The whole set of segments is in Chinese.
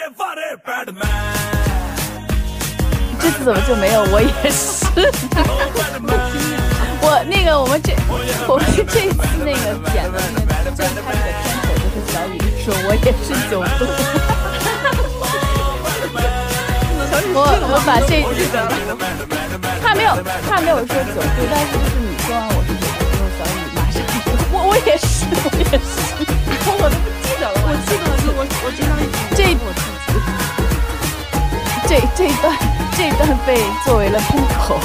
这次怎么就没有我也是？我们这次那个剪的那最开始的片头就是小雨说我也是9度。我把这他没有说9度，但是就是你说完我是9度之后，小雨马上说我也是，我都不记得了，我记得了，我经常这一段被作为了铺口。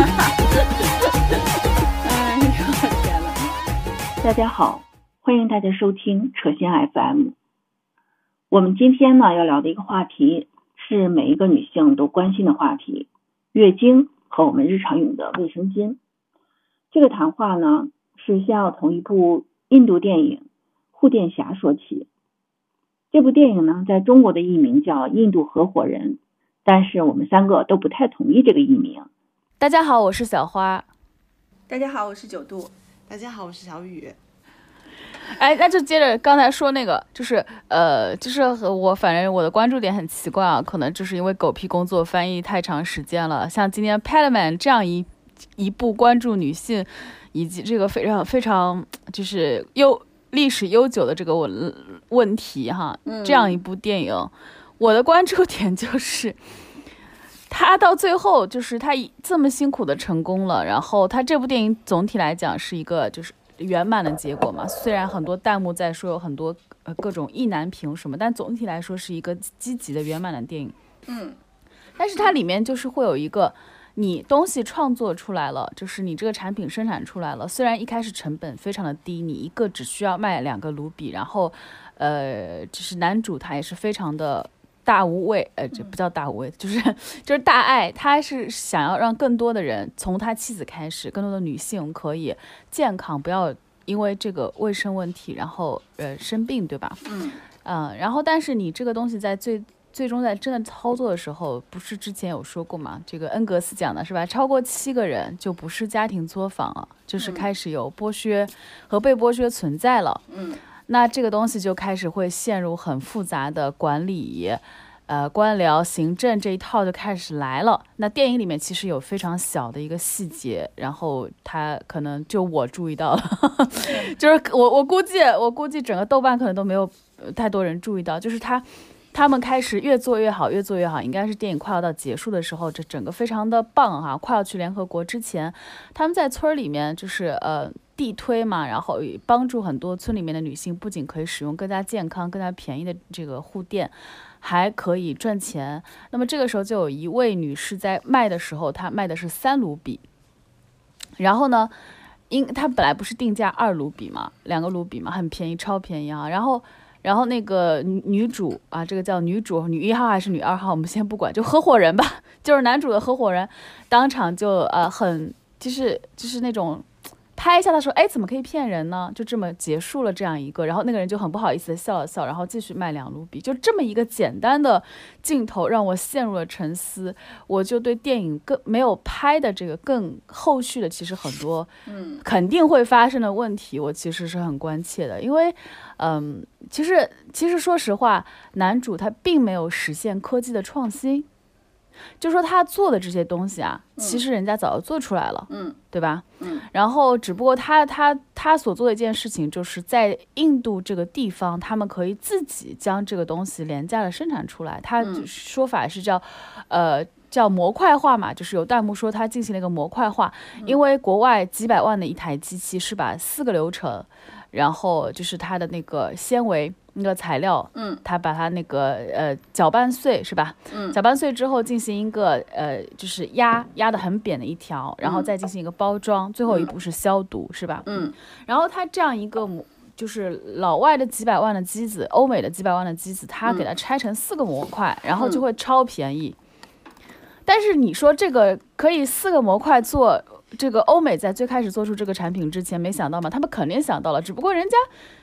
哎呦天哪！ 大家好，欢迎大家收听扯线 FM。我们今天呢要聊的一个话题是每一个女性都关心的话题，月经和我们日常用的卫生巾。这个谈话呢是先要从一部印度电影《护垫侠》说起。这部电影呢在中国的译名叫《印度合伙人》，但是我们3个都不太同意这个译名。 大家好，我是小花。 大家好，我是9度。 大家好，我是小雨。 哎，那就接着刚才说那个，就是和我反正我的关注点很奇怪啊，可能就是因为狗屁工作翻译太长时间了。像今天 Padman 这样一部关注女性以及这个非常非常就是历史悠久的这个问题哈，这样一部电影，我的关注点就是他到最后就是他这么辛苦的成功了，然后他这部电影总体来讲是一个就是圆满的结果嘛。虽然很多弹幕在说有很多各种意难平什么，但总体来说是一个积极的圆满的电影。但是它里面就是会有一个你东西创作出来了，就是你这个产品生产出来了，虽然一开始成本非常的低，你一个只需要卖2个卢比，然后就是男主他也是非常的大无畏，这不叫大无畏，就是大爱，他是想要让更多的人从他妻子开始，更多的女性可以健康，不要因为这个卫生问题然后生病，对吧？然后但是你这个东西在最终在真的操作的时候，不是之前有说过吗？这个恩格斯讲的是吧？超过7个人就不是家庭作坊了，就是开始有剥削和被剥削存在了。那这个东西就开始会陷入很复杂的管理、官僚、行政这一套就开始来了。那电影里面其实有非常小的一个细节，然后他可能就我注意到了，就是我估计整个豆瓣可能都没有太多人注意到，就是他们开始越做越好，越做越好，应该是电影快要到结束的时候，这整个非常的棒哈！快要去联合国之前，他们在村里面就是地推嘛，然后帮助很多村里面的女性，不仅可以使用更加健康、更加便宜的这个护垫，还可以赚钱。那么这个时候就有一位女士在卖的时候，她卖的是3卢比，然后呢，她本来不是定价2卢比嘛，2个卢比嘛，很便宜，超便宜啊，然后那个女主啊，这个叫女主，女1号还是女2号，我们先不管，就合伙人吧，就是男主的合伙人，当场就很就是那种拍一下，他说，哎，怎么可以骗人呢？就这么结束了这样一个，然后那个人就很不好意思的笑了笑，然后继续卖2卢比，就这么一个简单的镜头让我陷入了沉思，我就对电影更没有拍的这个更后续的其实很多肯定会发生的问题，我其实是很关切的，因为其实说实话，男主他并没有实现科技的创新，就说他做的这些东西啊，其实人家早就做出来了，对吧？然后只不过他所做的一件事情，就是在印度这个地方，他们可以自己将这个东西廉价的生产出来。他说法是叫模块化嘛，就是有弹幕说他进行了一个模块化，因为国外几百万的一台机器是把4个流程，然后就是它的那个纤维那个材料，它把它那个搅拌碎是吧？搅拌碎之后进行一个就是压得很扁的一条，然后再进行一个包装，最后一步是消毒是吧？然后它这样一个就是老外的几百万的机子，欧美的几百万的机子，它给它拆成4个模块，然后就会超便宜。但是你说这个可以4个模块做，这个欧美在最开始做出这个产品之前没想到吗？他们肯定想到了，只不过人家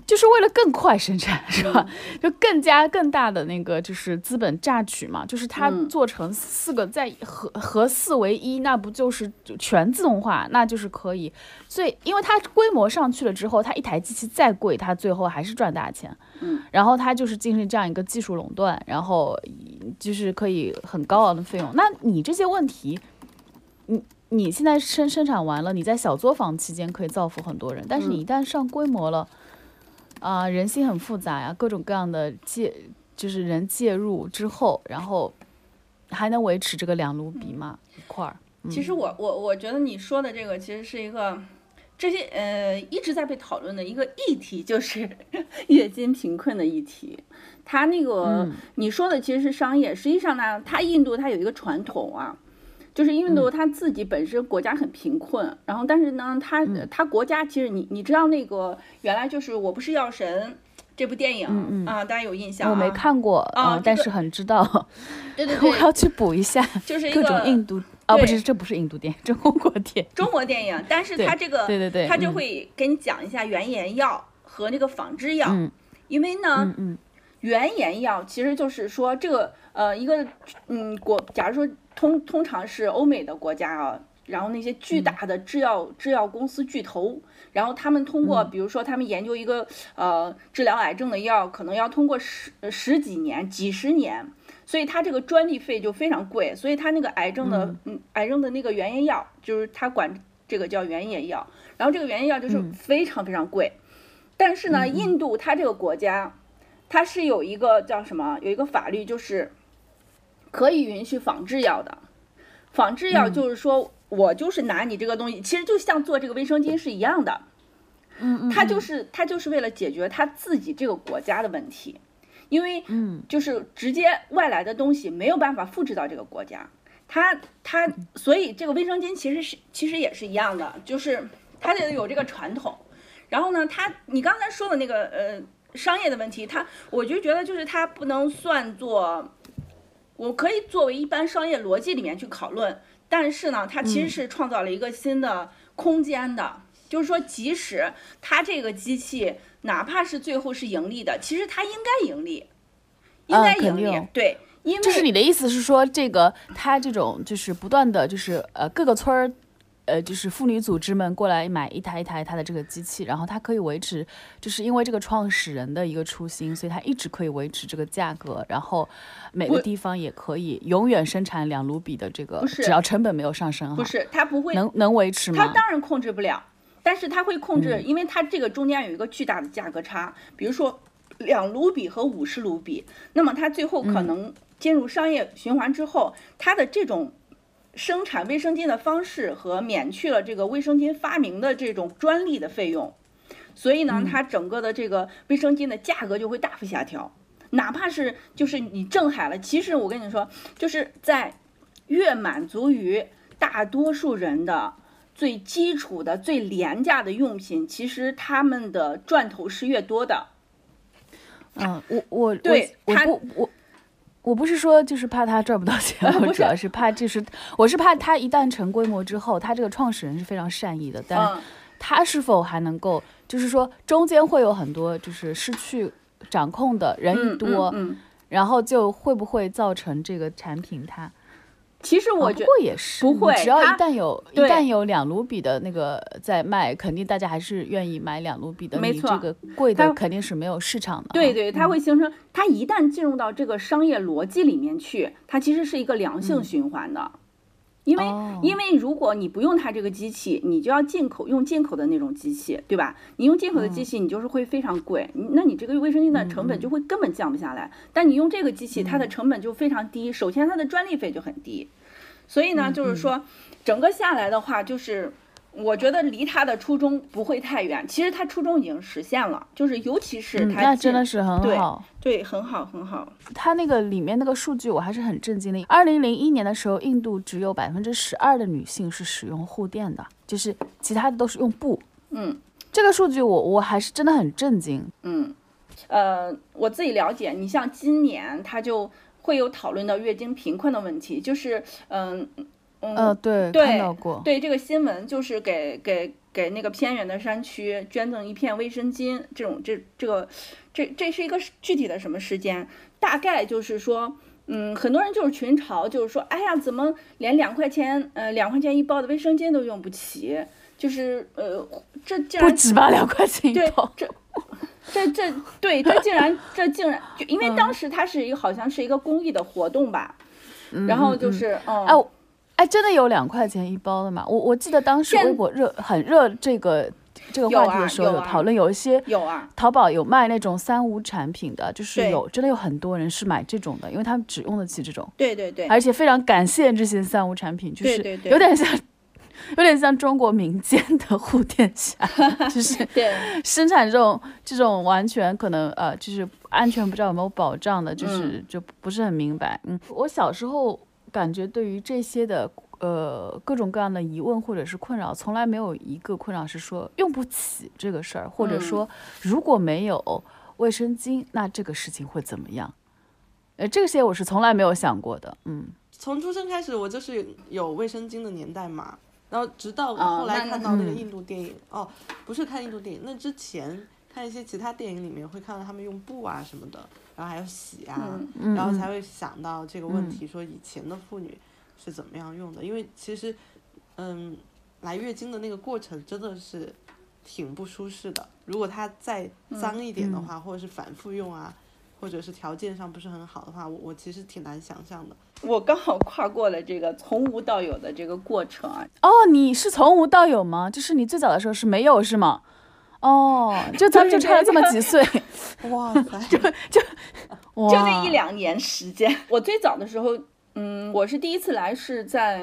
就是为了更快生产，是吧？就更大的那个就是资本榨取嘛，就是它做成4个再合4为1，那不就是全自动化，那就是可以。所以因为它规模上去了之后，它一台机器再贵，它最后还是赚大钱。然后它就是进行这样一个技术垄断，然后就是可以很高昂的费用。那你这些问题，你现在生产完了，你在小作坊期间可以造福很多人，但是你一旦上规模了。人心很复杂呀，各种各样的就是人介入之后，然后还能维持这个2卢比吗？一块儿。 其实我觉得你说的这个其实是一个这些一直在被讨论的一个议题，就是月经贫困的议题。它那个你说的其实是商业，实际上呢，印度它有一个传统啊。就是印度他自己本身国家很贫困，然后但是呢，他国家其实你知道那个原来就是我不是药神这部电影大家有印象？ 我没看过但是很知道。 对， 我要去补一下， 就是各种印度不是，这不是印度电影，中国电影，但是它这个对， 它就会跟你讲一下原研药和那个仿制药，因为呢，原研药其实就是说这个一个假如说通常是欧美的国家啊，然后那些巨大的制药公司巨头，然后他们通过比如说他们研究一个治疗癌症的药，可能要通过十几年几十年，所以它这个专利费就非常贵，所以它那个癌症的那个原研药，就是它管这个叫原研药，然后这个原研药就是非常非常贵。但是呢，印度它这个国家它是有一个叫什么，有一个法律，就是可以允许仿制药的。仿制药就是说我就是拿你这个东西，其实就像做这个卫生巾是一样的。它就是为了解决他自己这个国家的问题，因为就是直接外来的东西没有办法复制到这个国家，所以这个卫生巾其实也是一样的，就是它得有这个传统。然后呢，你刚才说的那个商业的问题，我就觉得就是它不能算作，我可以作为一般商业逻辑里面去讨论，但是呢，它其实是创造了一个新的空间的。就是说，即使它这个机器哪怕是最后是盈利的，其实它应该盈利，对，因为就是你的意思是说，这个它这种就是不断的就是各个村儿。就是妇女组织们过来买一台它的这个机器，然后它可以维持，就是因为这个创始人的一个初心，所以它一直可以维持这个价格，然后每个地方也可以永远生产2卢比的这个，只要成本没有上升， 不是它不会能维持吗？ 它当然控制不了，但是它会控制，因为它这个中间有一个巨大的价格差，比如说2卢比和50卢比，那么它最后可能进入商业循环之后，它的这种生产卫生巾的方式和免去了这个卫生巾发明的这种专利的费用，所以呢，它整个的这个卫生巾的价格就会大幅下调。哪怕是就是你正海了，其实我跟你说，就是在越满足于大多数人的最基础的最廉价的用品，其实他们的赚头是越多的。 我不是说就是怕他赚不到钱，我主要是怕我是怕他一旦成规模之后，他这个创始人是非常善意的，但他是否还能够，就是说中间会有很多就是失去掌控的人一多，然后就会不会造成这个产品它。 其实我觉得不过也是不会， 只要一旦有2卢比的那个在卖，肯定大家还是愿意买2卢比的。 没错， 你这个贵的肯定是没有市场的。 对，它会形成，它一旦进入到这个商业逻辑里面去，它其实是一个良性循环的。因为如果你不用它这个机器，你就要用进口的那种机器，对吧？你用进口的机器，你就是会非常贵，那你这个卫生巾的成本就会根本降不下来。但你用这个机器，它的成本就非常低，首先它的专利费就很低，所以呢，就是说整个下来的话，就是我觉得离他的初衷不会太远。其实他初衷已经实现了，就是尤其是他那真的是很好， 对，很好很好。 他那个里面那个数据我还是很震惊的。2001年的时候，印度只有12%的女性是使用护垫的，就是其他的都是用布。这个数据我还是真的很震惊。 我自己了解，你像今年他就会有讨论到月经贫困的问题，就是对， 看到过。 对这个新闻就是给给那个偏远的山区捐赠1片卫生巾，这是一个具体的什么事件？大概就是说，很多人就是群嘲，就是说，哎呀，怎么连2块钱，2块钱一包的卫生巾都用不起？就是这竟然不止吧，2块钱一包。 对，这竟然就因为当时它是好像是一个公益的活动吧，然后就是真的有2块钱一包的吗？我记得当时微博很热这个话题的时候有讨论，有一些淘宝有卖那种3无产品的，就是真的有很多人是买这种的，因为他们只用得起这种。 对对对， 而且非常感谢这些3无产品，就是有点像中国民间的护天侠，就是生产这种完全可能就是安全不知道有没有保障的，就不是很明白。我小时候感觉对于这些的各种各样的疑问或者是困扰，从来没有一个困扰是说用不起这个事儿，或者说如果没有卫生巾，那这个事情会怎么样？这些我是从来没有想过的。 从出生开始我就是有卫生巾的年代嘛。然后直到后来看到那个印度电影，不是看印度电影，那之前看一些其他电影里面会看到他们用布啊什么的，然后还有洗啊，然后才会想到这个问题，说以前的妇女是怎么样用的。因为其实来月经的那个过程真的是挺不舒适的，如果它再脏一点的话，或者是反复用啊，或者是条件上不是很好的话，我其实挺难想象的。 我刚好跨过了这个从无到有的这个过程啊。 你是从无到有吗？就是你最早的时候是没有是吗？就咱们就差了这么几岁。 哇塞， 就那1-2年时间。我最早的时候，我是第一次来是在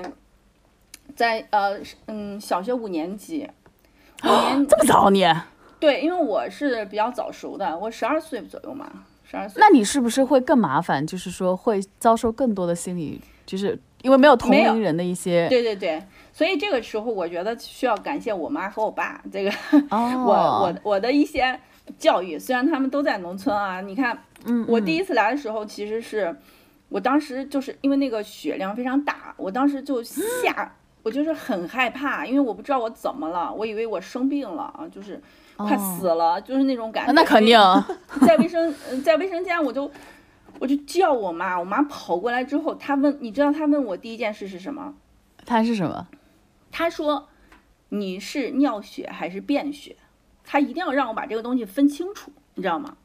小学5年级。 这么早你？ 对，因为我是比较早熟的，我12岁左右嘛。12岁。 那你是不是会更麻烦？就是说会遭受更多的心理，就是因为没有同龄人的一些。 对对对，所以这个时候我觉得需要感谢我妈和我爸，这个我的一些教育，虽然他们都在农村啊。你看，我第一次来的时候，其实是我当时就是因为那个血量非常大，我当时就我就是很害怕，因为我不知道我怎么了，我以为我生病了啊，就是快死了，就是那种感觉。 那肯定。 在卫生间我就叫我妈，我妈跑过来之后，你知道她问我第一件事是什么？ 她是什么？ 她说你是尿血还是便血？她一定要让我把这个东西分清楚，你知道吗？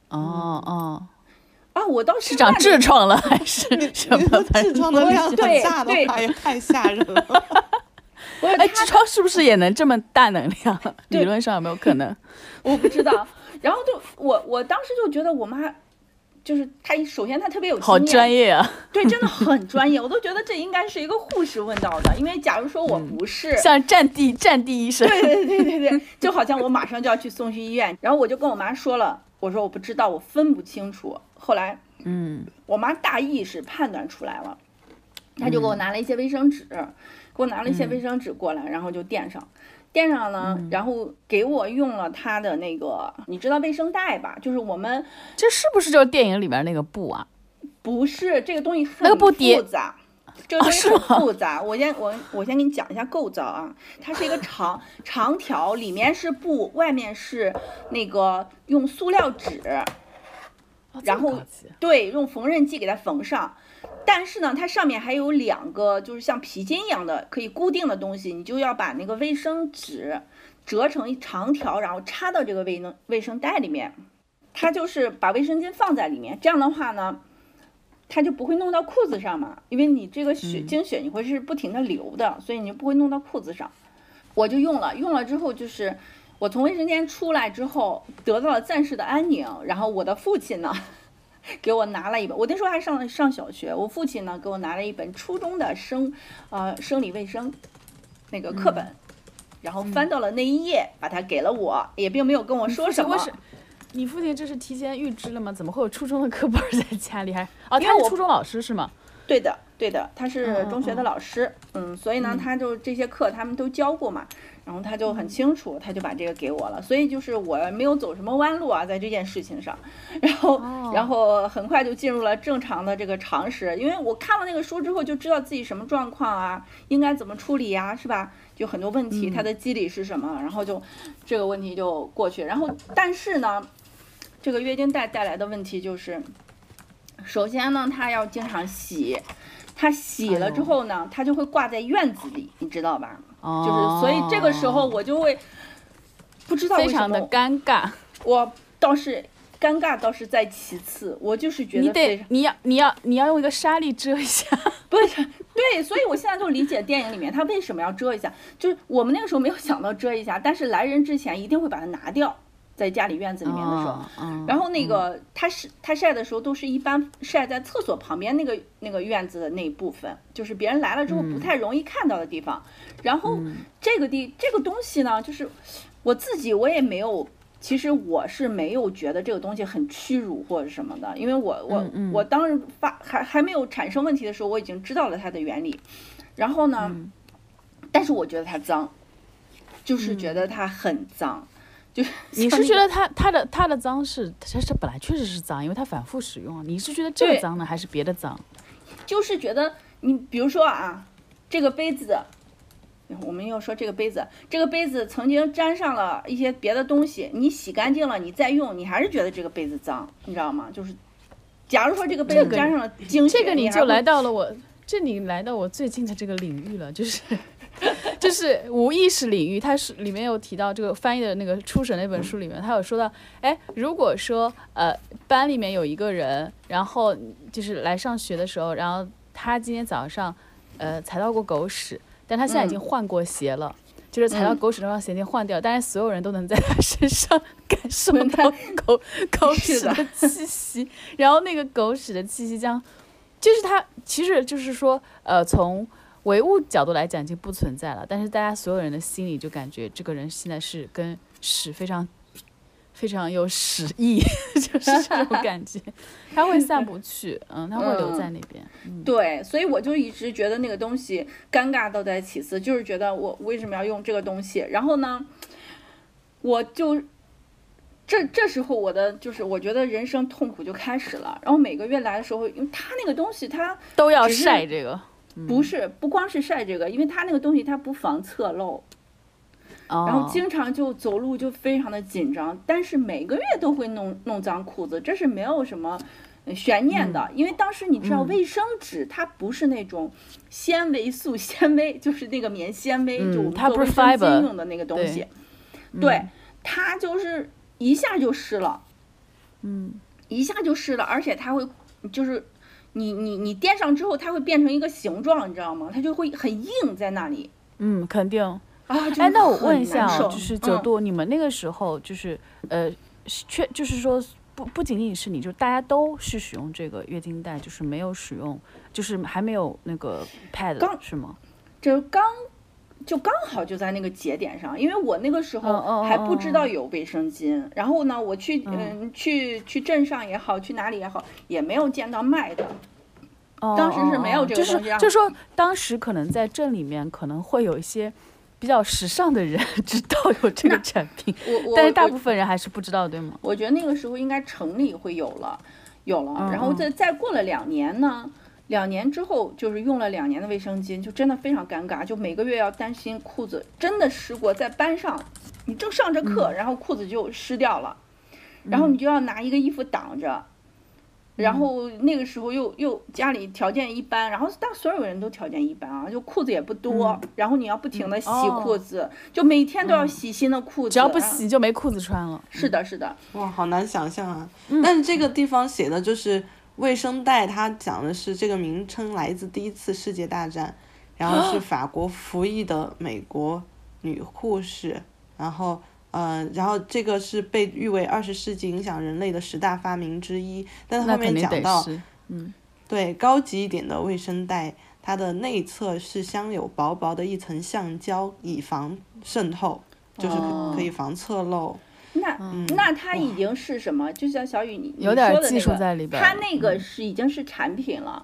我倒是长痔疮了还是什么？ 痔疮的量很大的话也太吓人了。 痔疮是不是也能这么大能量？理论上有没有可能？ 我不知道。然后我当时就觉得我妈就是她，首先她特别有经验， 好专业啊。 对，真的很专业，我都觉得这应该是一个护士问到的，因为假如说我不是， 像战地医生。 对，就好像我马上就要去送去医院，然后我就跟我妈说了，我说我不知道，我分不清楚。后来我妈大意是判断出来了，她就给我拿了一些卫生纸，过来，然后就垫上呢，然后给我用了他的那个，你知道卫生袋吧？就是我们这是不是就是电影里面那个布啊？ 不是，这个东西很那个布复杂，这个东西很复杂。我先给你讲一下构造啊，它是一个长条，里面是布，外面是那个用塑料纸，然后对，用缝纫机给它缝上。但是呢，它上面还有2个就是像皮筋一样的可以固定的东西，你就要把那个卫生纸折成一长条，然后插到这个卫生袋里面。它就是把卫生巾放在里面，这样的话呢，它就不会弄到裤子上嘛，因为你这个经血你会是不停的流的，所以你就不会弄到裤子上。我就用了之后，就是我从卫生间出来之后得到了暂时的安宁。然后我的父亲呢给我拿了一本，我那时候还上小学，我父亲呢给我拿了一本初中的生理卫生那个课本，然后翻到了那一页，把它给了我，也并没有跟我说什么。 你父亲这是提前预知了吗？怎么会有初中的课本在家里？他是初中老师是吗？ 对的，对的，他是中学的老师，所以呢，他就这些课他们都教过嘛，然后他就很清楚，他就把这个给我了，所以就是我没有走什么弯路啊，在这件事情上，然后很快就进入了正常的这个常识，因为我看了那个书之后就知道自己什么状况啊，应该怎么处理呀，是吧？就很多问题，它的机理是什么，然后就这个问题就过去，然后但是呢，这个月经带带来的问题就是。首先呢，它要经常洗，它洗了之后呢，它就会挂在院子里，你知道吧？就是所以这个时候我就会不知道为什么非常的尴尬。 我倒是尴尬倒是在其次，我就是觉得你要用一个纱丽遮一下， 不是对，所以我现在就理解电影里面他为什么要遮一下，就是我们那个时候没有想到遮一下，但是来人之前一定会把它拿掉。在家里院子里面的时候，然后那个它晒的时候都是一般晒在厕所旁边那个院子的那一部分，就是别人来了之后不太容易看到的地方。然后这个东西呢，就是我自己我也没有，其实我是没有觉得这个东西很屈辱或者什么的，因为我当时还没有产生问题的时候，我已经知道了它的原理。然后呢，但是我觉得它脏，就是觉得它很脏。就是你是觉得它的脏是它本来确实是脏，因为它反复使用。你是觉得这个脏呢，还是别的脏？ 就是觉得你比如说啊，这个杯子，我们要说这个杯子曾经沾上了一些别的东西，你洗干净了，你再用，你还是觉得这个杯子脏，你知道吗？就是假如说这个杯子沾上了精血， 这个你就来到了我最近的这个领域了，就是无意识领域，它是里面有提到这个翻译的那个初审那本书里面，他有说到，如果说班里面有一个人，然后就是来上学的时候，然后他今天早上踩到过狗屎，但他现在已经换过鞋了，就是踩到狗屎那双鞋已经换掉，但是所有人都能在他身上感受到狗屎的气息，然后那个狗屎的气息就是它其实就是说从唯物角度来讲已经不存在了，但是大家所有人的心里就感觉这个人现在是跟屎非常非常有屎意，就是这种感觉，他会散不去，他会留在那边。 对，所以我就一直觉得那个东西尴尬倒在其次，就是觉得我为什么要用这个东西？然后呢，我就这时候就是我觉得人生痛苦就开始了。然后每个月来的时候，因为他那个东西他都要晒这个。 不光是晒这个，因为它那个东西它不防侧漏，然后经常就走路就非常的紧张，但是每个月都会弄脏裤子，这是没有什么悬念的，因为当时你知道卫生纸它不是那种纤维素纤维，就是那个棉纤维，就我们做卫生巾用的那个东西，对，它就是一下就湿了，一下就湿了，而且它会就是你垫上之后，它会变成一个形状，你知道吗？它就会很硬在那里。 肯定啊。 那我问一下就是9度，你们那个时候就是就是说不仅仅是你，就大家都是使用这个月经带，就是没有使用，就是还没有那个 pad 是吗？ 刚好就在那个节点上，因为我那个时候还不知道有卫生巾，然后呢，我去镇上也好，去哪里也好，也没有见到卖的。当时是没有这个东西。 就是说，当时可能在镇里面可能会有一些比较时尚的人知道有这个产品，但是大部分人还是不知道，对吗？ 我觉得那个时候应该城里会有了，然后再过了2年呢。2年之后，就是用了2年的卫生巾，就真的非常尴尬，就每个月要担心裤子真的湿过，在班上，你正上着课，然后裤子就湿掉了，然后你就要拿一个衣服挡着，然后那个时候又家里条件一般，然后但所有人都条件一般啊，就裤子也不多，然后你要不停的洗裤子，就每天都要洗新的裤子， 只要不洗就没裤子穿了。 是的，是的。 哇，好难想象啊！但是这个地方写的就是。卫生带它讲的是这个名称来自第1次世界大战，然后是法国服役的美国女护士，然后这个是被誉为20世纪影响人类的10大发明之一。但后面讲到，对高级一点的卫生带，它的内侧是镶有薄薄的一层橡胶，以防渗透，就是可以防侧漏。 那它已经是什么？就像小雨你有点技术在里边， 它那个是已经是产品了，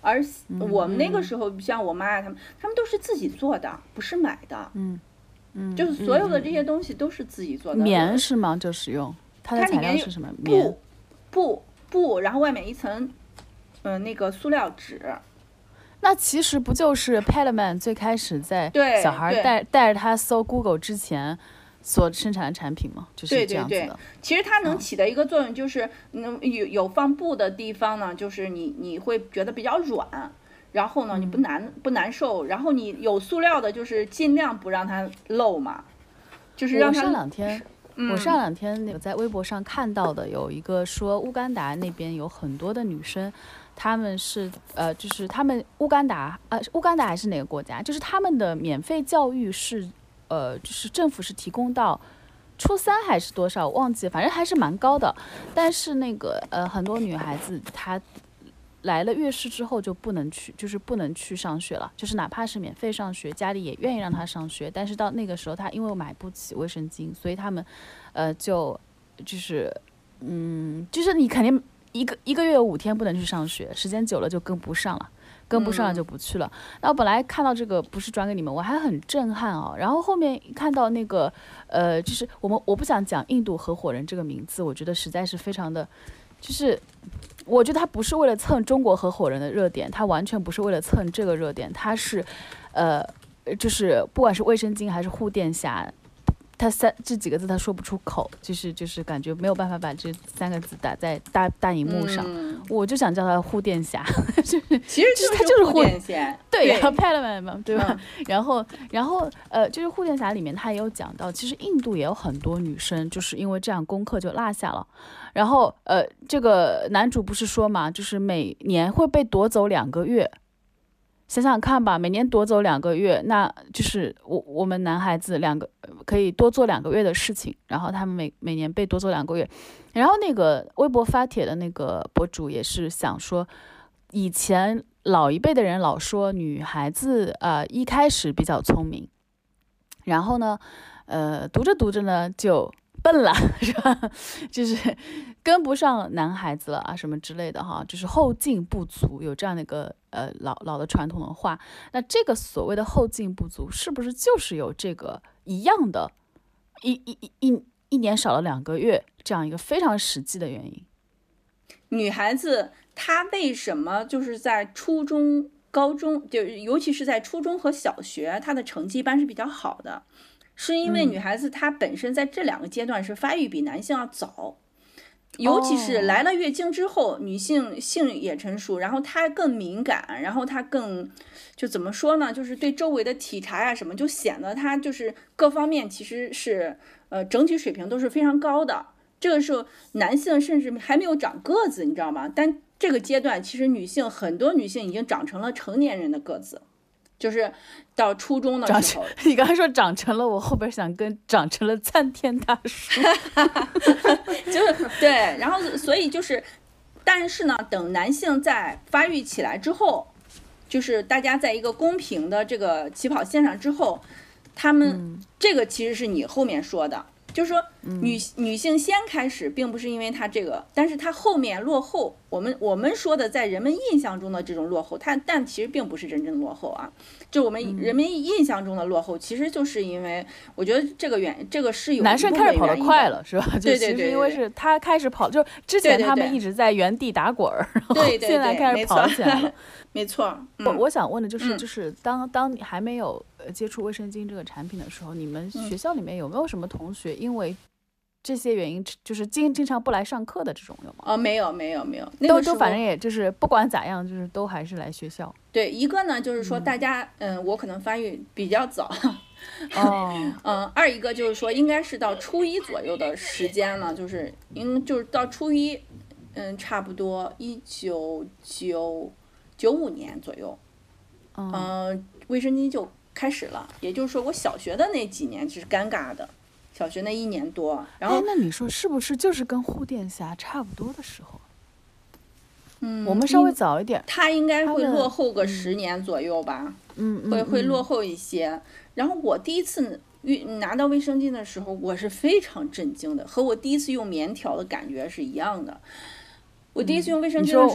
而我们那个时候，像我妈呀，他们都是自己做的，不是买的。就是所有的这些东西都是自己做的。 棉是吗？就使用它的材料是什么？棉布，然后外面一层那个塑料纸。 那其实不就是 Petalman 最开始在小孩带着他搜 Google 之前所生产的产品吗？就是这样子的。 对，其实它能起的一个作用就是，有放布的地方呢，就是你会觉得比较软，然后呢你不难受，然后你有塑料的，就是尽量不让它漏嘛，就是让它。 我上两天那个在微博上看到的有一个说乌干达那边有很多的女生。他们是就是他们乌干达还是哪个国家？就是他们的免费教育是就是政府是提供到初3还是多少，我忘记，反正还是蛮高的。但是那个很多女孩子她来了月事之后就不能去上学了，就是哪怕是免费上学，家里也愿意让她上学，但是到那个时候她因为买不起卫生巾，所以他们就是你肯定。一个月有5天不能去上学，时间久了就跟不上了就不去了。那我本来看到这个不是转给你们，我还很震撼哦。然后后面看到那个就是我不想讲印度合伙人这个名字，我觉得实在是非常的，就是我觉得他不是为了蹭中国合伙人的热点，他完全不是为了蹭这个热点，他是就是不管是卫生巾还是护垫侠。他这几个字他说不出口，就是感觉没有办法把这3个字打在大荧幕上，我就想叫他护垫侠， 其实他就是护垫侠， 对，Petalman 嘛，对吧？然后就是护垫侠里面他也有讲到，其实印度也有很多女生就是因为这样功课就落下了，然后这个男主不是说嘛，就是每年会被夺走2个月。想想看吧，每年夺走2个月，那就是我们男孩子可以多做2个月的事情，然后他们每年被夺走2个月，然后那个微博发帖的那个博主也是想说，以前老一辈的人老说女孩子一开始比较聪明，然后呢读着呢就笨了，是吧？就是跟不上男孩子了啊，什么之类的哈，就是后劲不足，有这样的一个老的传统的话。那这个所谓的后劲不足，是不是就是有这个一样的，一年少了2个月这样一个非常实际的原因？ 女孩子她为什么就是在初中、高中，就尤其是在初中和小学，她的成绩一般是比较好的？是因为女孩子她本身在这2个阶段是发育比男性要早，尤其是来了月经之后，女性性也成熟，然后她更敏感，然后她更就怎么说呢，就是对周围的体察呀什么，就显得她就是各方面其实是整体水平都是非常高的。这个时候男性甚至还没有长个子，你知道吗？但这个阶段其实很多女性已经长成了成年人的个子。就是到初中的时候， 你刚才说长成了，我后边想跟长成了参天大树， 就是对，然后所以就是，但是呢，等男性在发育起来之后，就是大家在一个公平的这个起跑线上之后，他们这个其实是你后面说的。就是说女性先开始并不是因为她这个，但是她后面落后，我们说的在人们印象中的这种落后，但其实并不是真正的落后啊，就我们人们印象中的落后，其实就是因为我觉得这个是有男生开始跑得快了，是吧？ 对， 因为是他开始跑，就之前他们一直在原地打滚，然后现在开始跑起来了。 没错， 我想问的就是当你还没有接触卫生巾这个产品的时候，你们学校里面有没有什么同学因为这些原因就是经常不来上课的这种有吗？ 没有， 都反正也就是不管咋样，就是都还是来学校。 对，一个呢就是说大家我可能发育比较早。二一个就是说应该是到初1左右的时间了，就是到初1，差不多1995年左右，卫生巾就开始了。也就是说，我小学的那几年是尴尬的，小学那1年多。然后， 那你说是不是就是跟护垫侠差不多的时候？我们稍微早一点， 他应该会落后个10年左右吧。会落后一些。然后我第一次拿到卫生巾的时候，我是非常震惊的，和我第一次用棉条的感觉是一样的。我第一次用卫生巾的时候，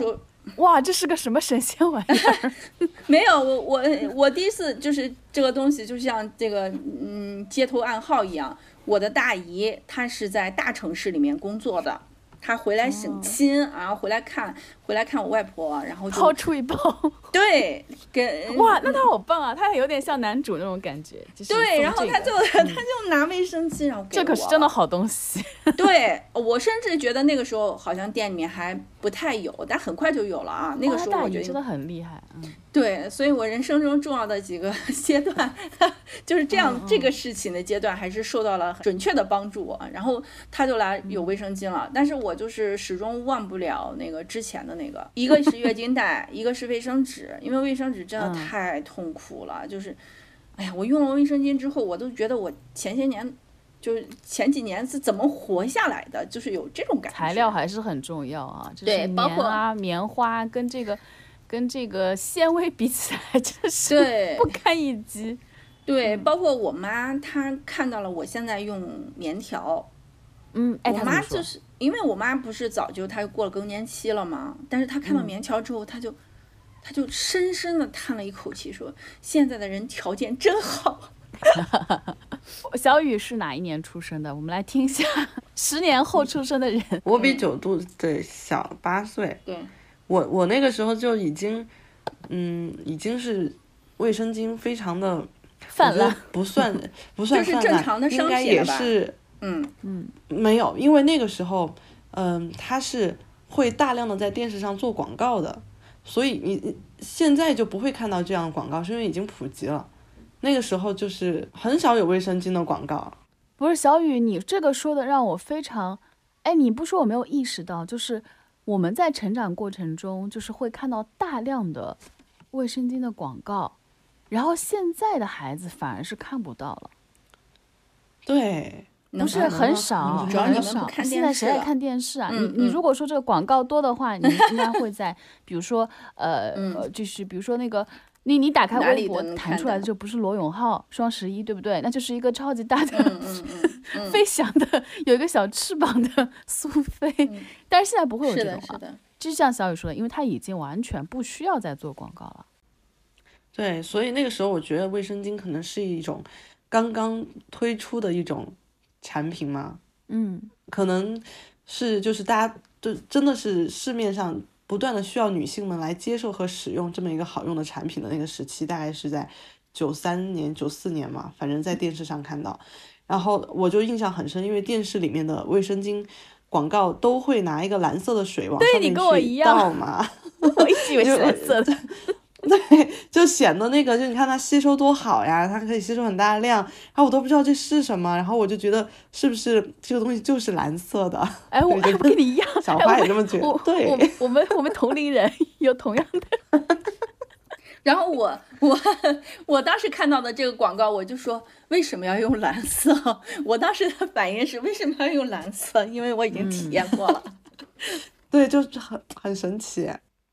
哇，这是个什么神仙玩意儿？ 没有，我第一次就是这个东西，就像这个街头暗号一样。我的大姨她是在大城市里面工作的，她回来省亲，然后回来看我外婆，然后就掏出一包。 对， 哇，那他好棒啊！他有点像男主那种感觉。 对，然后他就拿卫生巾，然后给我。 这可是真的好东西。 对，我甚至觉得那个时候好像店里面还不太有，但很快就有了啊。那个时候我觉得真的很厉害。 对，所以我人生中重要的几个阶段就是这样，这个事情的阶段还是受到了准确的帮助。然后他就来有卫生巾了，但是我就是始终忘不了那个之前的那个，一个是月经带，一个是卫生纸，因为卫生纸真的太痛苦了。就是哎呀，我用了卫生巾之后，我都觉得我前几年是怎么活下来的，就是有这种感觉。 材料还是很重要啊， 对，包括棉花跟这个纤维比起来真是不堪一击。 对，包括我妈她看到了我现在用棉条，我妈就是因为我妈不是早就她过了更年期了嘛，但是她看到棉条之后，她就深深的叹了一口气，说现在的人条件真好。 小雨是哪一年出生的？我们来听一下10年后出生的人。 我比九度小8岁。 对， 我那个时候就已经是卫生巾非常的泛滥， 不算泛滥， 就是正常的商品了吧？ 应该也是没有，因为那个时候它是会大量的在电视上做广告的，所以你现在就不会看到这样的广告，是因为已经普及了。那个时候就是很少有卫生巾的广告。 不是小雨，你这个说的让我非常，你不说我没有意识到，就是我们在成长过程中，就是会看到大量的卫生巾的广告，然后现在的孩子反而是看不到了。 对， 不是很少， 主要你们不看电视。 现在谁在看电视啊？你如果说这个广告多的话，你应该会在，比如说就是比如说那个。你打开微博弹出来的就不是罗永浩双11，对不对？那就是一个超级大的飞翔的有一个小翅膀的苏菲，但是现在不会有这种了。就像小雨说的，因为他已经完全不需要再做广告了。 对，所以那个时候我觉得卫生巾可能是一种刚刚推出的一种产品嘛，可能是就是大家就真的是市面上不断的需要女性们来接受和使用这么一个好用的产品的那个时期，大概是在93年94年嘛，反正在电视上看到，然后我就印象很深，因为电视里面的卫生巾广告都会拿一个蓝色的水往上面去倒嘛， 我一直以为是蓝色的。 对，就显得那个，就你看它吸收多好呀，它可以吸收很大的量，然后我都不知道这是什么，然后我就觉得是不是这个东西就是蓝色的？ 我跟你一样， 小花也这么觉得。对， 我们同龄人有同样的。 然后我当时看到的这个广告，我就说为什么要用蓝色？我当时的反应是为什么要用蓝色？因为我已经体验过了。 对，就是很神奇。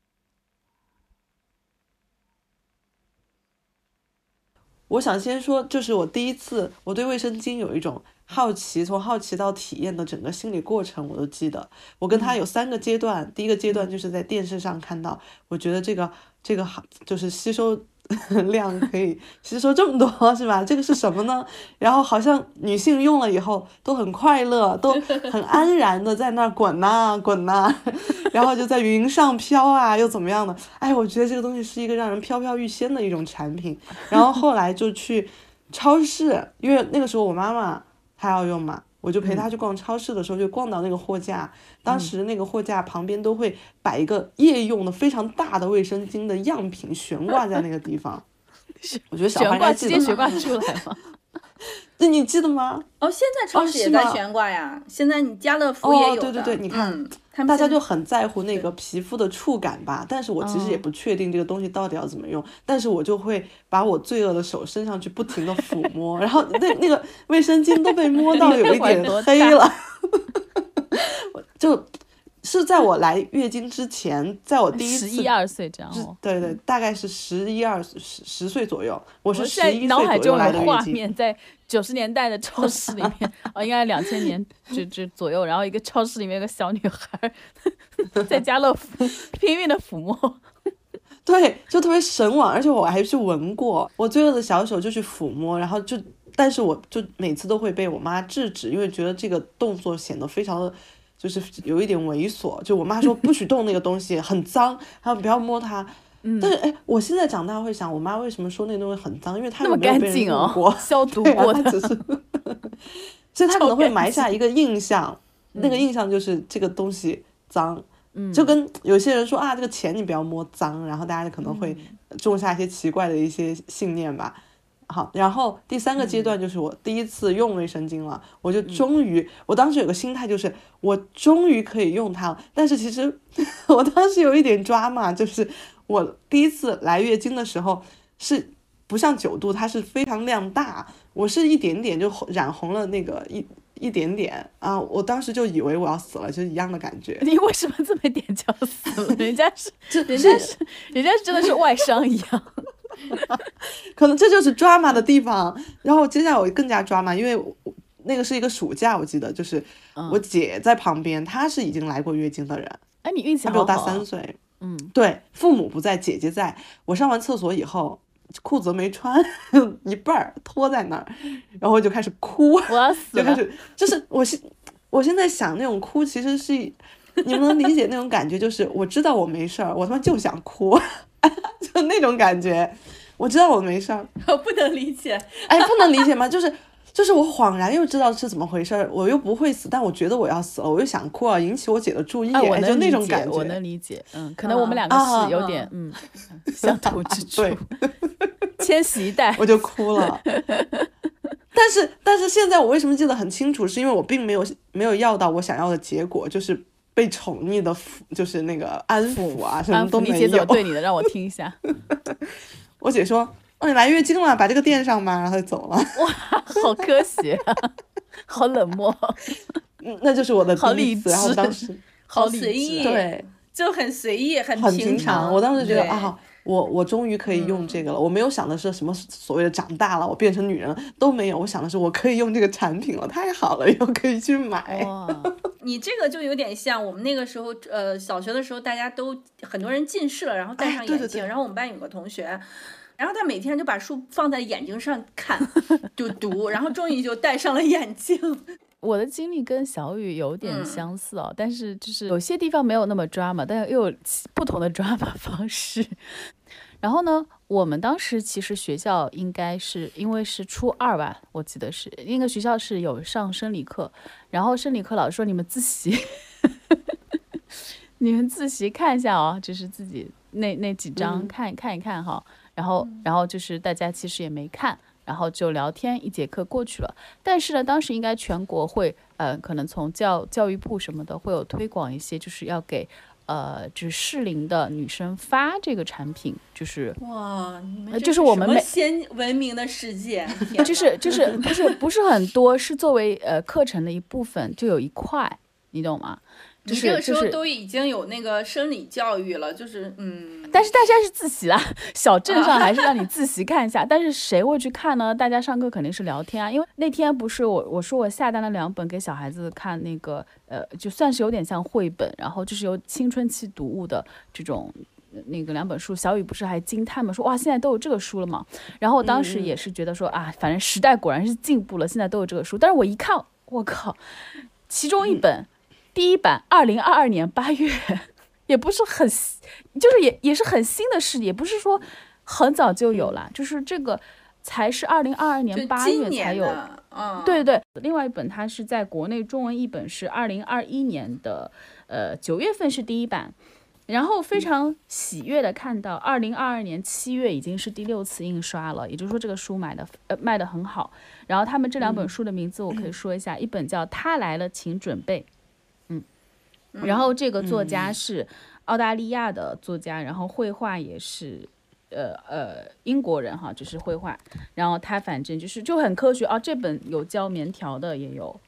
我想先说，就是我第一次我对卫生巾有一种好奇，从好奇到体验的整个心理过程我都记得。我跟他有3个阶段，第一个阶段就是在电视上看到，我觉得这个好，就是吸收量可以吸收这么多，是吧？这个是什么呢？然后好像女性用了以后都很快乐，都很安然的在那儿滚呐滚呐，然后就在云上飘啊，又怎么样的？哎，我觉得这个东西是一个让人飘飘欲仙的一种产品。然后后来就去超市，因为那个时候我妈妈她要用嘛，我就陪她去逛超市的时候，就逛到那个货架，当时那个货架旁边都会摆一个夜用的非常大的卫生巾的样品悬挂在那个地方。我觉得小花应该记得， 悬挂出来吗？ 对，你记得吗？ 现在超市也在悬挂呀，现在你家乐福也有的。 对，你看，大家就很在乎那个皮肤的触感吧，但是我其实也不确定这个东西到底要怎么用，但是我就会把我罪恶的手伸上去不停的抚摸，然后那个卫生巾都被摸到有一点黑了。就是在我来月经之前，在我第一次 11、12岁这样对对，大概是10岁左右，我是11岁左右脑海中来的月经。 有画面，在90年代的超市里面应该2000年这左右，然后一个超市里面有个小女孩在家乐福拼命的抚摸。 对，就特别神往，而且我还去闻过，我罪恶的小手就去抚摸，然后但是我就每次都会被我妈制止，因为觉得这个动作显得非常的就是有一点猥琐，就我妈说不许动那个东西很脏，还有不要摸它。但是我现在长大会想，我妈为什么说那个东西很脏？因为她有没有被人用过， 消毒过的， 只是所以她可能会埋下一个印象，那个印象就是这个东西脏。就跟有些人说啊，这个钱你不要摸脏，然后大家可能会种下一些奇怪的一些信念吧。好，然后第3个阶段就是我第一次用卫生巾了，我就终于，我当时有个心态就是我终于可以用它了。但是其实我当时有一点抓嘛，就是我第一次来月经的时候是不像9度，它是非常量大，我是一点点就染红了那个一点点啊！我当时就以为我要死了，就是一样的感觉。 你为什么这么点就死了？人家是真的是外伤一样。 可能这就是drama的地方。然后接下来我更加drama，因为那个是一个暑假，我记得就是我姐在旁边，她是已经来过月经的人。 哎，你运气好好，她比我大3岁。对，父母不在，姐姐在。我上完厕所以后，裤子没穿一半儿脱在那儿，然后就开始哭， 我要死了。 就开始就是我现在想那种哭，其实是你们能理解那种感觉，就是我知道我没事儿，我他妈就想哭，就那种感觉。我知道我没事儿， 我不能理解。 哎，不能理解吗？就是我恍然又知道是怎么回事，我又不会死，但我觉得我要死了，我又想哭啊，引起我姐的注意，就那种感觉。 我能理解，可能我们两个是有点相同之处。 对， 千禧一代， 我就哭了。但是现在我为什么记得很清楚，是因为我并没有要到我想要的结果，就是被宠溺的，就是那个安抚啊，什么都没有。 你姐怎么对你的？让我听一下。 我姐说：“哦，你来月经了，把这个垫上吧。”然后就走了。 哇，好科学啊，好冷漠。 那就是我的第一次。然后当时好随意， 对， 就很随意，很平常。 我当时觉得啊，我终于可以用这个了。我没有想的是什么所谓的长大了，我变成女人了都没有。我想的是我可以用这个产品了，太好了，又可以去买。 你这个就有点像我们那个时候，小学的时候，大家都很多人近视了，然后戴上眼镜。然后我们班有个同学，然后他每天就把书放在眼睛上看，就读，然后终于就戴上了眼镜。 我的经历跟小雨有点相似哦，但是就是有些地方没有那么drama，但又有不同的drama方式。然后呢，我们当时其实学校应该是因为是初2吧，我记得是那个学校是有上生理课，然后生理课老师说你们自习你们自习看一下哦，就是自己那几章看一看哈，然后就是大家其实也没看，然后就聊天，一节课过去了。但是呢，当时应该全国会可能从教育部什么的会有推广一些，就是要给就是适龄的女生发这个产品，就是哇，你们就是我们先文明的世界， 就是不是很多，是作为课程的一部分，就有一块，你懂吗？ 你这个时候都已经有那个生理教育了，就是但是大家是自习啦，小镇上还是让你自习看一下，但是谁会去看呢？大家上课肯定是聊天啊。因为那天不是我说我下单了2本给小孩子看，那个就算是有点像绘本，然后就是有青春期读物的这种那个2本书。小雨不是还惊叹吗？说哇，现在都有这个书了吗？然后我当时也是觉得说啊，反正时代果然是进步了，现在都有这个书。但是我一看，我靠，其中一本。第一版2022年8月，也不是很，就是也是很新的事，也不是说很早就有了，就是这个才是2022年8月才有。对对对，另外一本它是在国内中文译本是2021年的9月份是第一版，然后非常喜悦的看到2022年7月已经是第6次印刷了，也就是说这个书卖得很好。然后他们这2本书的名字我可以说一下，一本叫《他来了，请准备》。然后这个作家是澳大利亚的作家，然后绘画也是英国人哈，就是绘画。然后他反正就很科学啊，这本有教棉条的也有，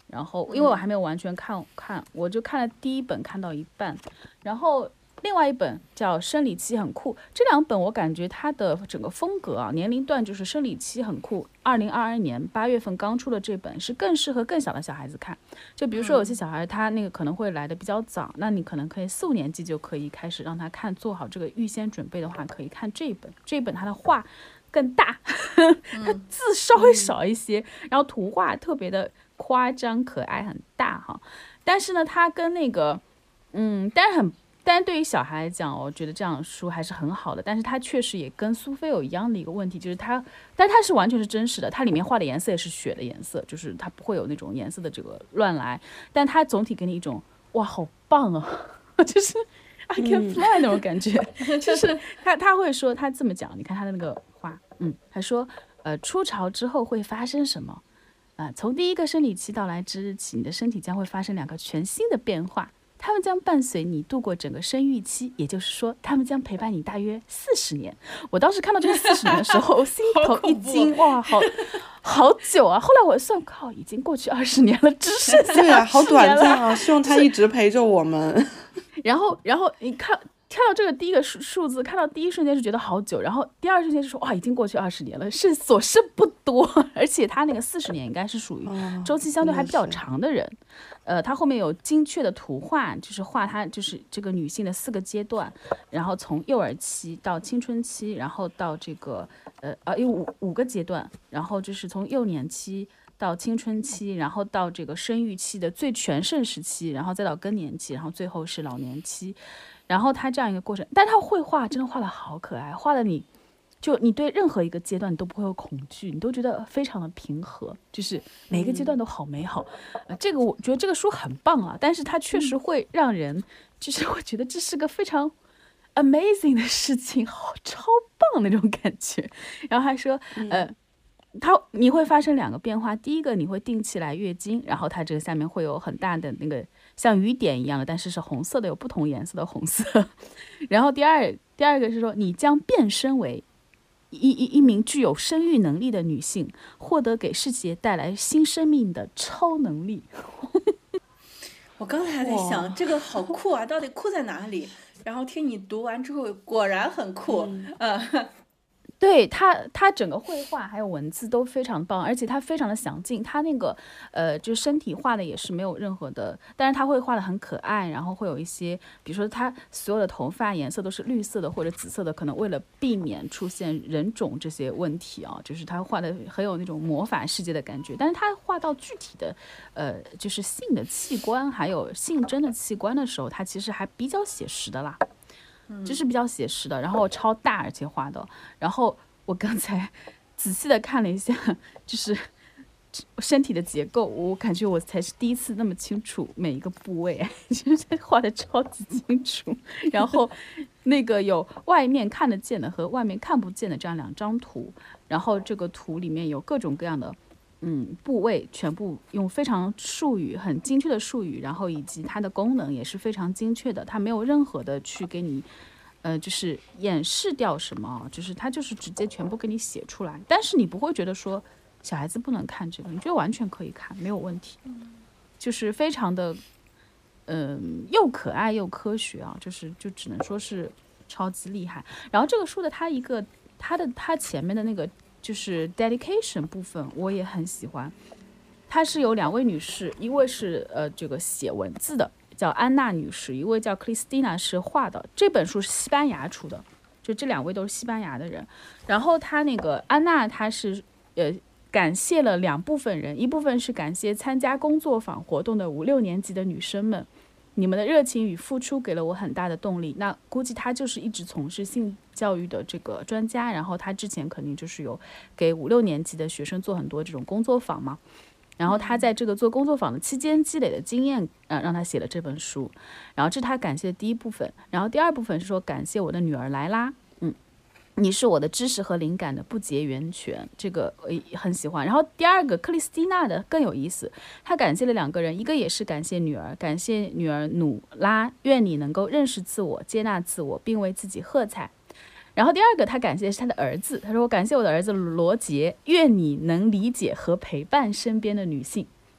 然后因为我还没有完全看，我就看了第一本看到一半，然后另外一本叫《生理期很酷》，这两本我感觉它的整个风格啊，年龄段就是《生理期很酷》，2022年8月份刚出的这本是更适合更小的小孩子看。就比如说有些小孩他那个可能会来的比较早，那你可能可以4、5年级就可以开始让他看，做好这个预先准备的话，可以看这一本。这一本它的画更大，它字稍微少一些，然后图画特别的夸张可爱，很大哈。但是呢，它跟那个但是对于小孩来讲，我觉得这样书还是很好的。但是它确实也跟苏菲有一样的一个问题，就是但它是完全是真实的，它里面画的颜色也是血的颜色，就是它不会有那种颜色的这个乱来。但它总体给你一种哇，好棒啊，就是 I can fly 那种感觉。就是他会说，他这么讲，你看他的那个画，他说初潮之后会发生什么？从第一个生理期到来之日起，你的身体将会发生2个全新的变化。他们将伴随你度过整个生育期，也就是说，他们将陪伴你大约40年。我当时看到这个40年的时候，心头一惊，哇，好久啊！后来我算，靠，已经过去20年了，只剩下对啊，好短暂啊！希望他一直陪着我们。 然后你看到这个第一个数字，看到第一瞬间是觉得好久，然后第二瞬间是说哇，已经过去20年了，是所剩不多。而且他那个40年应该是属于周期相对还比较长的人。他后面有精确的图画，就是画他就是这个女性的4个阶段，然后从幼儿期到青春期，然后到这个有5个阶段，然后就是从幼年期到青春期，然后到这个生育期的最全盛时期，然后再到更年期，然后最后是老年期。然后他这样一个过程，但他绘画真的画的好可爱，画的你对任何一个阶段你都不会有恐惧，你都觉得非常的平和，就是每个阶段都好美好。这个我觉得这个书很棒啊，但是它确实会让人就是我觉得这是个非常 amazing 的事情，好超棒那种感觉。然后还说你会发生2个变化，第一个你会定期来月经，然后它这个下面会有很大的那个像雨点一样的，但是是红色的，有不同颜色的红色。然后第二个是说你将变身为一名具有生育能力的女性，获得给世界带来新生命的超能力。 我刚才还在想这个好酷啊，到底酷在哪里？然后听你读完之后，果然很酷。 对他整个绘画还有文字都非常棒，而且他非常的详尽。他那个就身体画的也是没有任何的，但是他会画的很可爱，然后会有一些，比如说他所有的头发颜色都是绿色的或者紫色的，可能为了避免出现人种这些问题啊，就是他画的很有那种魔法世界的感觉。但是他画到具体的就是性的器官还有性征的器官的时候，他其实还比较写实的啦。就是比较写实的，然后超大而且画的。然后我刚才仔细的看了一下，就是身体的结构，我感觉我才是第一次那么清楚每一个部位，就是画的超级清楚。然后那个有外面看得见的和外面看不见的这样2张图，然后这个图里面有各种各样的部位，全部用非常很精确的术语，然后以及它的功能也是非常精确的，它没有任何的去给你就是掩饰掉什么，就是它就是直接全部给你写出来。但是你不会觉得说小孩子不能看这个，你觉得完全可以看，没有问题。就是非常的又可爱又科学啊，就只能说是超级厉害。然后这个书的它前面的那个就是 dedication 部分我也很喜欢，它是有2位女士，一位是这个写文字的叫安娜女士，一位叫克里斯蒂娜是画的。这本书是西班牙出的，就这2位都是西班牙的人。然后她那个安娜她是感谢了2部分人，一部分是感谢参加工作坊活动的5、6年级的女生们，你们的热情与付出给了我很大的动力。那估计他就是一直从事性教育的这个专家，然后他之前肯定就是有给5、6年级的学生做很多这种工作坊嘛，然后他在这个做工作坊的期间积累的经验让他写了这本书。然后这是他感谢的第一部分。然后第二部分是说感谢我的女儿莱拉，你是我的知识和灵感的不竭源泉，这个我很喜欢。然后第二个克里斯蒂娜的更有意思，他感谢了2个人，一个也是感谢女儿努拉，愿你能够认识自我，接纳自我，并为自己喝彩。然后第二个他感谢的是他的儿子，他说我感谢我的儿子罗杰，愿你能理解和陪伴身边的女性。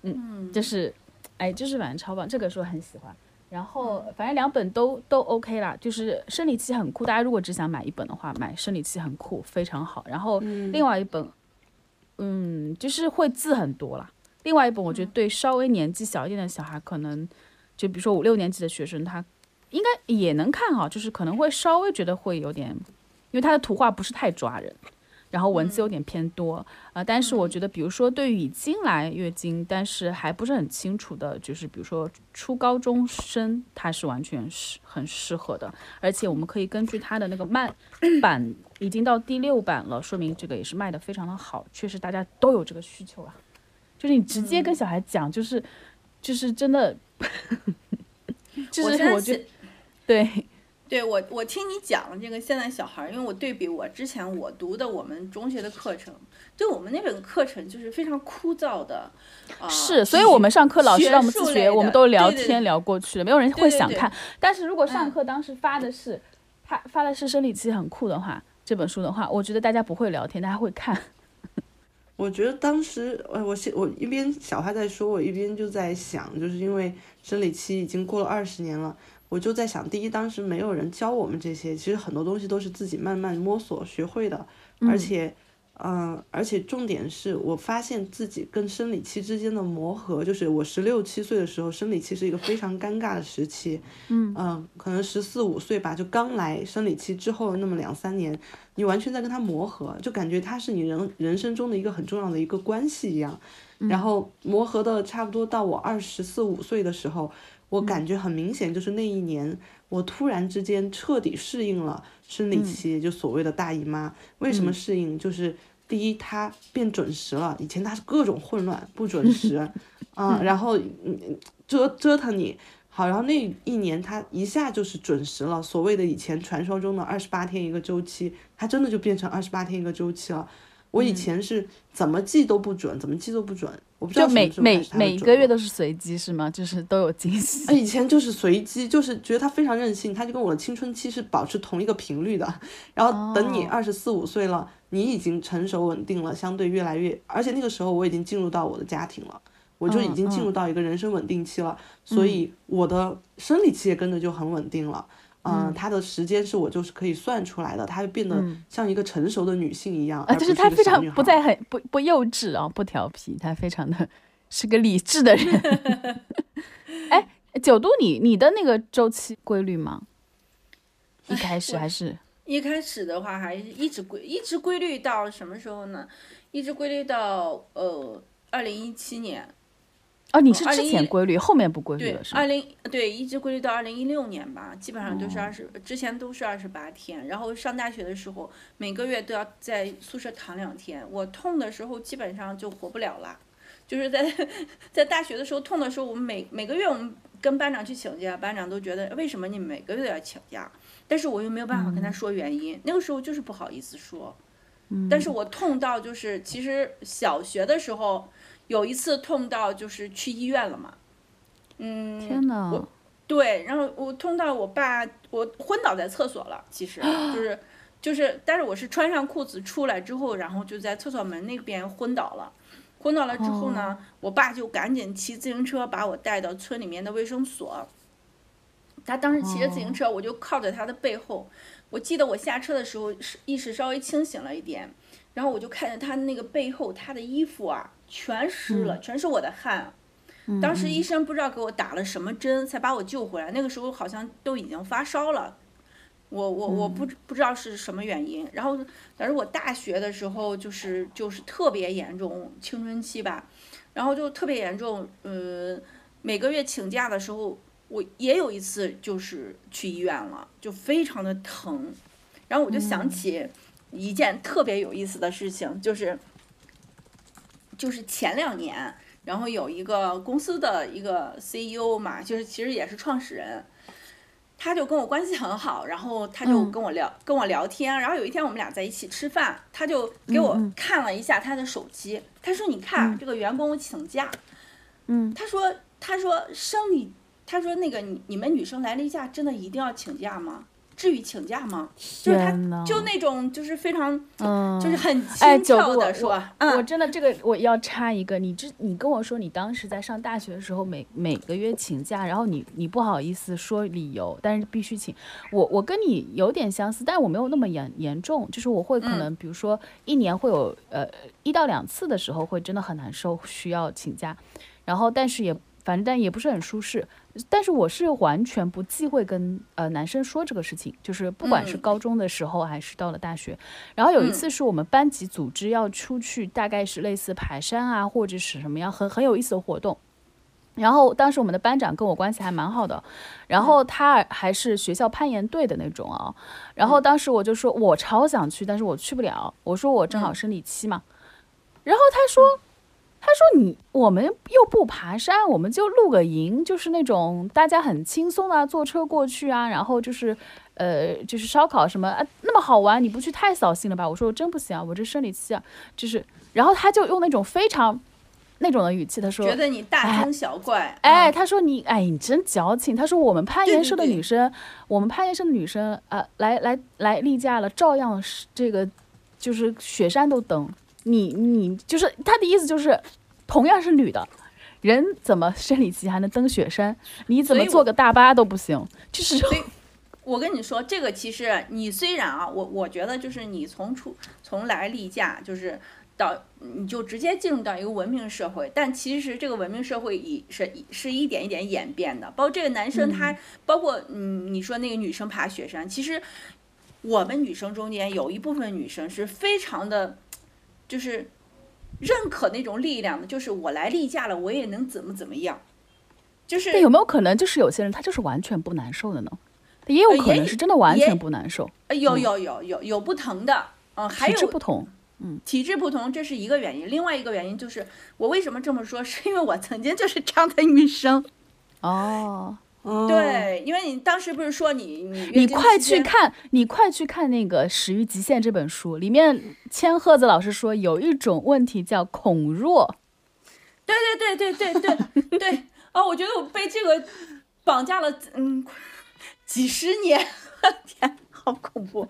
就是就是反正超棒，这个书很喜欢。然后反正2本都 OK 啦，就是生理期很酷，大家如果只想买一本的话，买生理期很酷非常好。然后另外一本就是会字很多啦，另外一本我觉得对稍微年纪小一点的小孩，可能就比如说5、6年级的学生，他应该也能看好，就是可能会稍微觉得会有点，因为他的图画不是太抓人，然后文字有点偏多但是我觉得比如说对于已经来月经但是还不是很清楚的，就是比如说初高中生，他是完全是很适合的。而且我们可以根据他的那个慢版已经到第6版了，说明这个也是卖的非常的好，确实大家都有这个需求啊。就是你直接跟小孩讲，就是真的就是我觉得对，我听你讲这个现在小孩，因为我对比我之前我读的我们中学的课程，对我们那本课程就是非常枯燥的是，所以我们上课老师让我们自学，我们都聊天聊过去了，没有人会想看。但是如果上课当时发的是生理期很酷的话，这本书的话，我觉得大家不会聊天，大家会看。 我觉得当时我一边小孩在说，我一边就在想，就是因为生理期已经过了20年了，我就在想，第一，当时没有人教我们这些，其实很多东西都是自己慢慢摸索学会的，而且重点是我发现自己跟生理期之间的磨合，就是我16、17岁的时候，生理期是一个非常尴尬的时期，可能14、15岁吧，就刚来生理期之后那么2、3年，你完全在跟他磨合，就感觉他是你人生中的一个很重要的一个关系一样，然后磨合的差不多到我24、25岁的时候，我感觉很明显，就是那一年我突然之间彻底适应了生理期，就所谓的大姨妈。为什么适应？就是第一，它变准时了，以前它是各种混乱不准时然后折腾你。好，然后那一年它一下就是准时了，所谓的以前传说中的28天一个周期，它真的就变成28天一个周期了。我以前是怎么记都不准，我不知道什么时候开始它会准了。 每个月都是随机是吗？就是都有惊喜。 以前就是随机，就是觉得它非常任性，它就跟我的青春期是保持同一个频率的。然后等你24、25岁了，你已经成熟稳定了，相对越来越，而且那个时候我已经进入到我的家庭了，我就已经进入到一个人生稳定期了，所以我的生理期也跟着就很稳定了。它的时间是我就是可以算出来的，它就变得像一个成熟的女性一样， 就是她非常不再不幼稚啊，不调皮，她非常的是个理智的人。9度你的那个周期规律吗？一开始还是一开始的话还是一直规律到什么时候呢？一直规律到2017年。 你是之前规律，后面不规律了是吗？ 对，一直规律到2016年吧，基本上都是之前都是28天。然后上大学的时候，每个月都要在宿舍躺2天。我痛的时候基本上就活不了了，就是在大学的时候痛的时候，我们每个月我们跟班长去请假，班长都觉得为什么你每个月都要请假？但是我又没有办法跟他说原因，那个时候就是不好意思说。但是我痛到就是其实小学的时候。有一次痛到就是去医院了嘛， 天哪！ 对，然后我痛到我昏倒在厕所了，其实就是，但是我是穿上裤子出来之后，然后就在厕所门那边昏倒了。昏倒了之后呢，我爸就赶紧骑自行车把我带到村里面的卫生所。他当时骑着自行车，我就靠着他的背后。我记得我下车的时候意识稍微清醒了一点，然后我就看见他那个背后，他的衣服啊。全湿了，全是我的汗。当时医生不知道给我打了什么针，才把我救回来。那个时候好像都已经发烧了，我不知道是什么原因。然后，但是我大学的时候就是特别严重，青春期吧，然后就特别严重。每个月请假的时候，我也有一次就是去医院了，就非常的疼。然后我就想起一件特别有意思的事情，就是前2年，然后有一个公司的一个 CEO 嘛，就是其实也是创始人，他就跟我关系很好，然后他就跟我聊天，然后有一天我们俩在一起吃饭，他就给我看了一下他的手机，他说你看这个员工请假，他说那个你们女生来例假真的一定要请假吗？ 至于请假吗？就是他就那种就是非常就是很轻佻的说， 我真的这个我要插一个，你跟我说你当时在上大学的时候每个月请假，然后你不好意思说理由，但是必须请。我跟你有点相似，但我没有那么严重，就是我会可能比如说一年会有1到2次的时候会真的很难受，需要请假，然后但也不是很舒适。但是我是完全不忌讳跟男生说这个事情，就是不管是高中的时候还是到了大学。然后有一次是我们班级组织要出去，大概是类似爬山啊或者是什么样很有意思的活动。然后当时我们的班长跟我关系还蛮好的，然后他还是学校攀岩队的那种啊。然后当时我就说我超想去，但是我去不了，我说我正好生理期嘛。然后他说我们又不爬山，我们就露个营，就是那种大家很轻松的坐车过去啊，然后就是烧烤什么那么好玩，你不去太扫兴了吧？我说我真不行啊，我这生理期啊，然后他就用那种非常那种的语气，他说觉得你大惊小怪， 他说你真矫情，他说我们攀岩社的女生，来例假了，照样这个就是雪山都登。你就是他的意思，就是同样是女的人，怎么生理期还能登雪山？你怎么坐个大巴都不行？就是所以我跟你说，这个其实你虽然啊，我觉得就是你从来例假，就是你就直接进入到一个文明社会，但其实这个文明社会是一点一点演变的。包括这个男生他，包括你说那个女生爬雪山，其实我们女生中间有一部分女生是非常的。就是认可那种力量的，就是我来例假了，我也能怎么样。就是有没有可能，就是有些人他就是完全不难受的呢？也有可能是真的完全不难受。 有不同的，还有体质不同， 体质不同，这是一个原因。另外一个原因就是我为什么这么说，是因为我曾经就是这样的女生。对，因为你当时不是说你快去看那个《始于极限》这本书，里面千鹤子老师说有一种问题叫恐弱。 对我觉得我被这个绑架了几十年，天，好恐怖。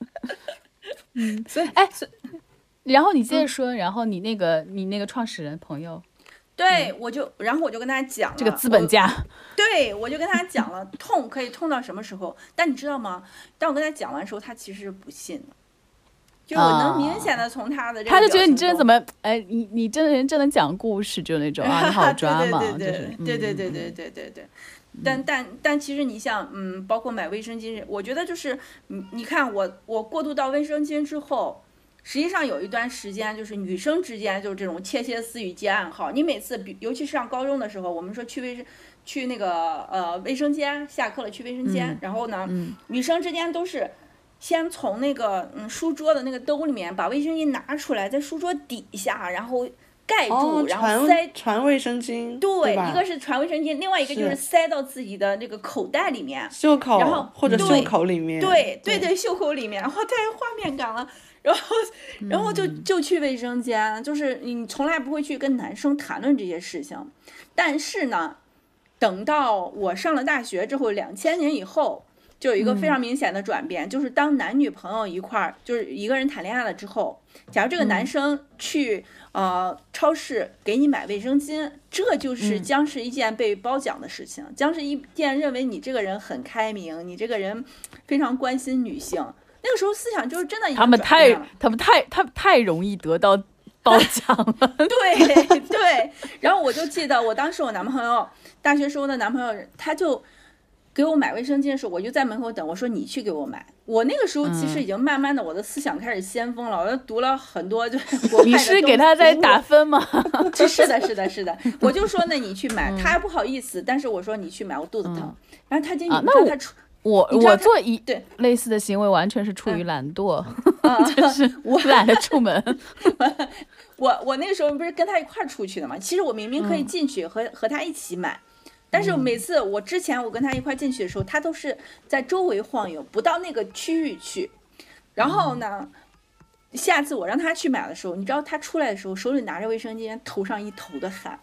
所以然后你接着说，然后你那个创始人朋友。 对，然后我就跟他讲了这个资本家， 对，我就跟他讲了，痛可以痛到什么时候？但你知道吗？当我跟他讲完的时候，他其实是不信的，就我能明显的从他的这个他就觉得你真的怎么，你真的讲故事，就那种你好抓嘛， 对。但其实你像包括买卫生巾，我觉得就是你看我过渡到卫生巾之后。实际上有一段时间，就是女生之间就是这种窃窃私语、结暗号。你每次，尤其是上高中的时候，我们说去那个卫生间，下课了去卫生间，然后呢，女生之间都是先从那个书桌的那个兜里面把卫生巾拿出来，在书桌底下，然后盖住，然后传卫生巾。 对，一个是传卫生巾，另外一个就是塞到自己的那个口袋里面， 袖口， 然后或者袖口里面。 对，袖口里面，然后太有画面感了。然后就去卫生间，就是你从来不会去跟男生谈论这些事情。但是呢，等到我上了大学之后，2000年以后，就有一个非常明显的转变，就是当男女朋友一块儿，就是一个人谈恋爱了之后，假如这个男生去超市给你买卫生巾，这就是将是一件被褒奖的事情，将是一件认为你这个人很开明，你这个人非常关心女性。那个时候思想就是真的已经转变了， 他们太容易得到褒奖了。 对，然后我就记得我当时我男朋友大学时候的男朋友，他就给我买卫生巾的时候，我就在门口等，我说你去给我买。我那个时候其实已经慢慢的我的思想开始先锋了，我就读了很多就是国外的。 你是给他在打分吗？ 是的，我就说那你去买，他还不好意思，但是我说你去买，我肚子疼。然后他进去，你知道他我做类似的行为完全是出于懒惰，就是我懒得出门。 我那个时候不是跟他一块出去的嘛，其实我明明可以进去和他一起买，但是每次我之前我跟他一块进去的时候，他都是在周围晃悠，不到那个区域去。然后呢，下次我让他去买的时候，你知道他出来的时候手里拿着卫生巾，头上一头的汗。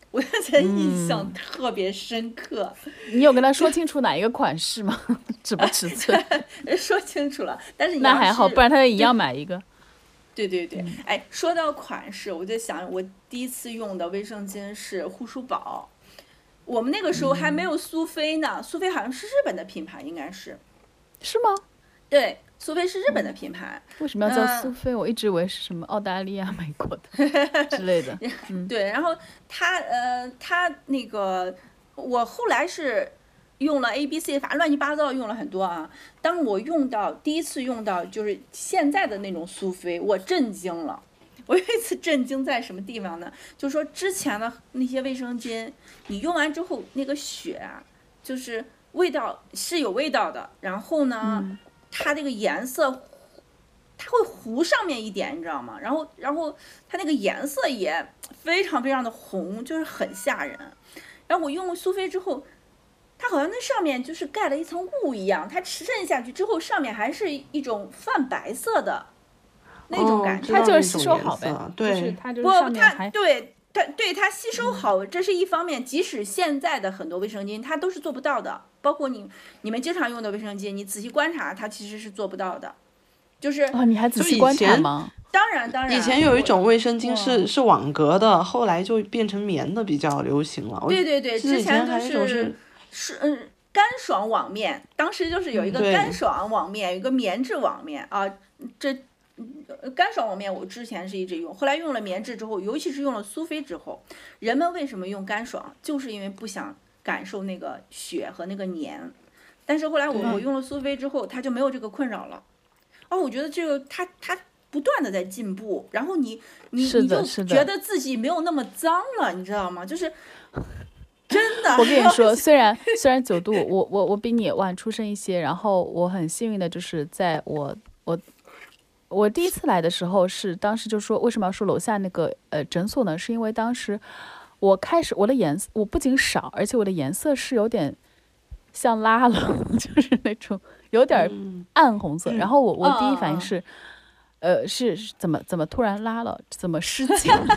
我就觉得印象特别深刻。 你有跟他说清楚哪一个款式吗？尺不尺寸？ 说清楚了，但是那还好，不然他一样买一个。 对对对，哎，说到款式，我就想我第一次用的卫生巾是护舒宝。我们那个时候还没有苏菲呢，苏菲好像是日本的品牌，应该是。 是吗？ 对。苏菲是日本的品牌， 为什么要叫苏菲？我一直以为是什么澳大利亚、美国的之类的。 对，然后它那个，我后来是用了 ABC， 反正乱七八糟用了很多啊。当我第一次用到就是现在的那种苏菲，我震惊了。我有一次震惊在什么地方呢？就是说之前的那些卫生巾，你用完之后那个血啊，就是味道是有味道的，然后呢。它这个颜色，它会糊上面一点，你知道吗？然后它那个颜色也非常非常的红，就是很吓人。然后我用苏菲之后，它好像那上面就是盖了一层雾一样，它渗下去之后，上面还是一种泛白色的那种感觉。 它就是吸收好呗， 对， 它就是上面还它吸收好，这是一方面。即使现在的很多卫生巾，它都是做不到的。包括你们经常用的卫生巾，你仔细观察，它其实是做不到的。就是你还仔细观察吗？ 当然。 以前有一种卫生巾是网格的，后来就变成棉的比较流行了。 对，之前就是干爽网面，当时就是有一个干爽网面，有一个棉质网面啊。这干爽网面我之前是一直用，后来用了棉质之后，尤其是用了苏菲之后，人们为什么用干爽，就是因为不想感受那个血和那个黏。但是后来我用了苏菲之后，它就没有这个困扰了。我觉得这个它不断的在进步，然后你就觉得自己没有那么脏了，你知道吗？就是真的。 我跟你说，虽然9度，我比你晚出生一些，然后我很幸运的就是在我第一次来的时候是当时就说为什么要说楼下那个诊所呢？是因为当时我的颜色我不仅少，而且我的颜色是有点像拉了，就是那种有点暗红色。然后我第一反应是，是怎么突然拉了？怎么失禁了？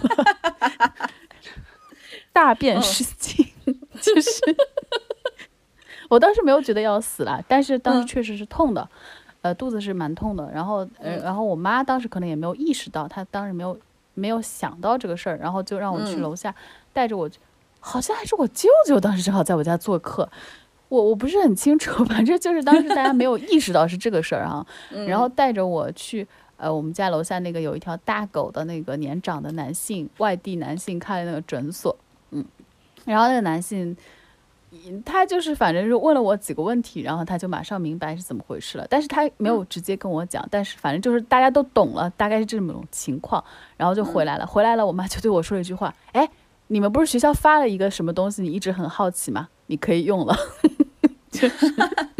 大便失禁，就是我当时没有觉得要死了，但是当时确实是痛的。肚子是蛮痛的，然后我妈当时可能也没有意识到，她当时没有想到这个事儿，然后就让我去楼下，带着我，好像还是我舅舅当时正好在我家做客，我不是很清楚，反正就是当时大家没有意识到是这个事儿啊，然后带着我去我们家楼下那个有一条大狗的那个年长的外地男性开的那个诊所，然后那个男性。他就是反正是问了我几个问题，然后他就马上明白是怎么回事了，但是他没有直接跟我讲，但是反正就是大家都懂了，大概是这种情况，然后就回来了。我妈就对我说了一句话，你们不是学校发了一个什么东西，你一直很好奇吗？你可以用了。就是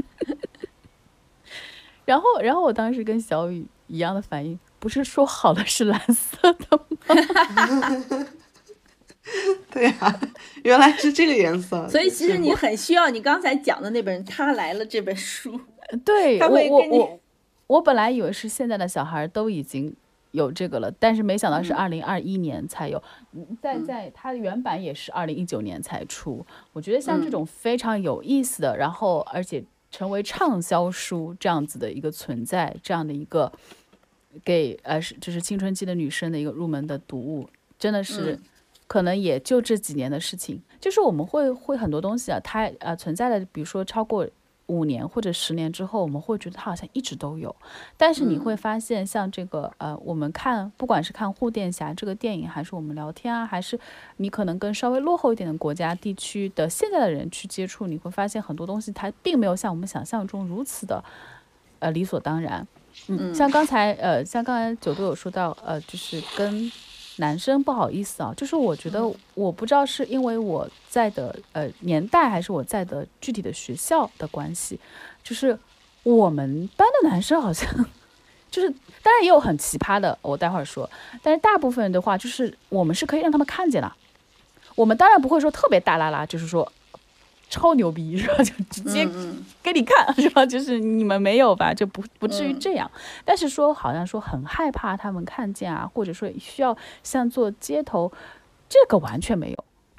然后我当时跟小雨一样的反应，不是说好了是蓝色的吗？ 对啊，原来是这个颜色。 所以其实你很需要你刚才讲的那本《他来了》这本书。 对，我本来以为是现在的小孩都已经有这个了，但是没想到是2021年才有。在它的原版也是2019年才出。我觉得像这种非常有意思的，然后而且成为畅销书这样子的一个存在，这样的一个给就是青春期的女生的一个入门的读物，真的是。可能也就这几年的事情，就是我们会很多东西啊，它存在的，比如说超过5年或者10年之后，我们会觉得它好像一直都有。但是你会发现，像这个我们看，不管是看《护垫侠》这个电影，还是我们聊天啊，还是你可能跟稍微落后一点的国家地区的现在的人去接触，你会发现很多东西它并没有像我们想象中如此的理所当然。像刚才9度有说到就是跟男生不好意思啊，就是我觉得我不知道是因为我在的年代，还是我在的具体的学校的关系，就是我们班的男生好像就是当然也有很奇葩的，我待会儿说，但是大部分的话就是我们是可以让他们看见的，我们当然不会说特别大啦啦，就是说超牛逼是吧？就直接给你看是吧？就是你们没有吧？就不至于这样。但是说好像说很害怕他们看见啊，或者说需要像做街头，这个完全没有。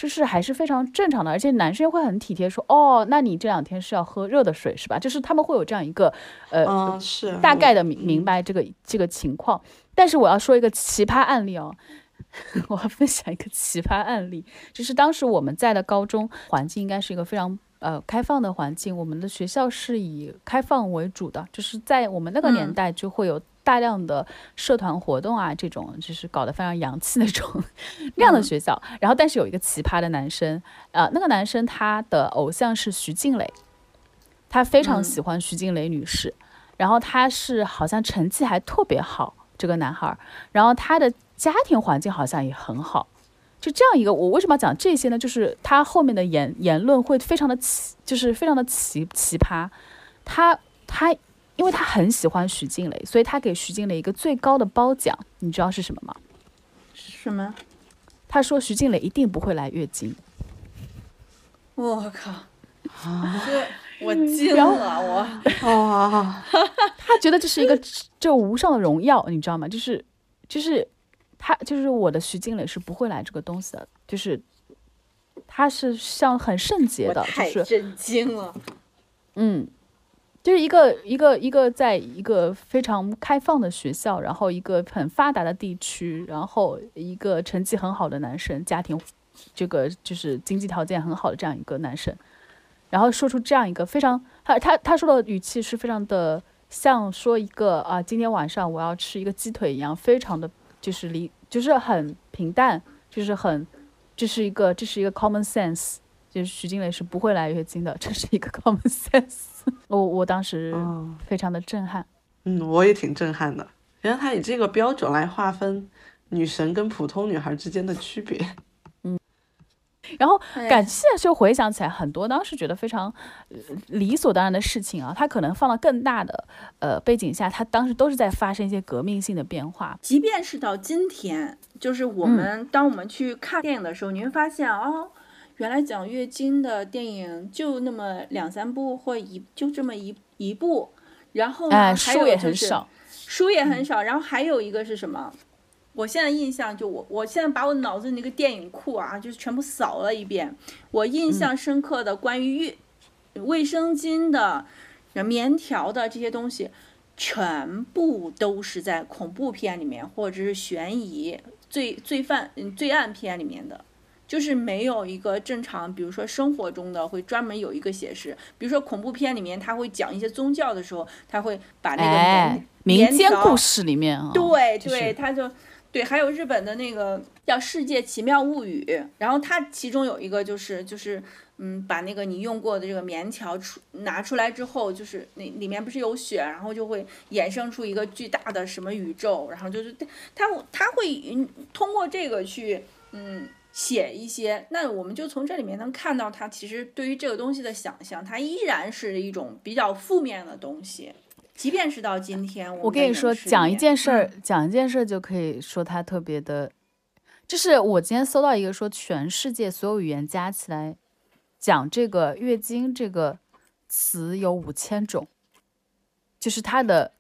就是还是非常正常的，而且男生会很体贴说，哦，那你这2天是要喝热的水是吧？就是他们会有这样一个是大概的明白这个情况。但是我要说一个奇葩案例哦，我要分享一个奇葩案例，就是当时我们在的高中环境应该是一个非常开放的环境，我们的学校是以开放为主的，就是在我们那个年代就会有大量的社团活动啊，这种就是搞得非常洋气那种那样的学校。然后但是有一个奇葩的男生，那个男生他的偶像是徐静蕾，他非常喜欢徐静蕾女士，然后他是好像成绩还特别好，这个男孩，然后他的家庭环境好像也很好。就这样一个，我为什么要讲这些呢？就是他后面的言论会非常的就是非常的奇葩。他因为他很喜欢徐静蕾，所以他给徐静蕾一个最高的褒奖，你知道是什么吗？ 什么？ 他说徐静蕾一定不会来月经。 我靠！我惊了， 他觉得这是一个这无上的荣耀，你知道吗？就是他就是我的徐静蕾是不会来这个东西的，就是他是像很圣洁的， 我太震惊了。 就是一个在一个非常开放的学校，然后一个很发达的地区，然后一个成绩很好的男生，家庭这个就是经济条件很好的这样一个男生，然后说出这样一个非常他说的语气是非常的像说一个今天晚上我要吃一个鸡腿一样，非常的就是很平淡，这是一个 common sense， 就是徐静蕾是不会来月经的，这是一个 common sense。我当时非常的震撼。 我也挺震撼的。原来他以这个标准来划分女神跟普通女孩之间的区别。 然后感谢就回想起来很多当时觉得非常理所当然的事情啊，他可能放到更大的背景下，他当时都是在发生一些革命性的变化。 即便是到今天，就是当我们去看电影的时候，你会发现原来讲月经的电影就那么2-3部，或就这么一部。然后呢， 书也很少， 然后还有一个是什么？我现在印象就我现在把我脑子那个电影库就是全部扫了一遍，我印象深刻的关于卫生巾的、棉条的这些东西，全部都是在恐怖片里面或者是悬疑罪案片里面的。就是没有一个正常，比如说生活中的会专门有一个写实，比如说恐怖片里面他会讲一些宗教的时候，他会把那个民间故事里面对，他就对，还有日本的那个叫《世界奇妙物语》，然后它其中有一个就是把那个你用过的这个棉条拿出来之后，就是那里面不是有血，然后就会衍生出一个巨大的什么宇宙，然后就是他会通过这个去写一些，那我们就从这里面能看到他其实对于这个东西的想象，它依然是一种比较负面的东西。即便是到今天， 我跟你说，讲一件事儿就可以说它特别的，就是我今天搜到一个说，全世界所有语言加起来讲这个月经这个词有5000种，就是它的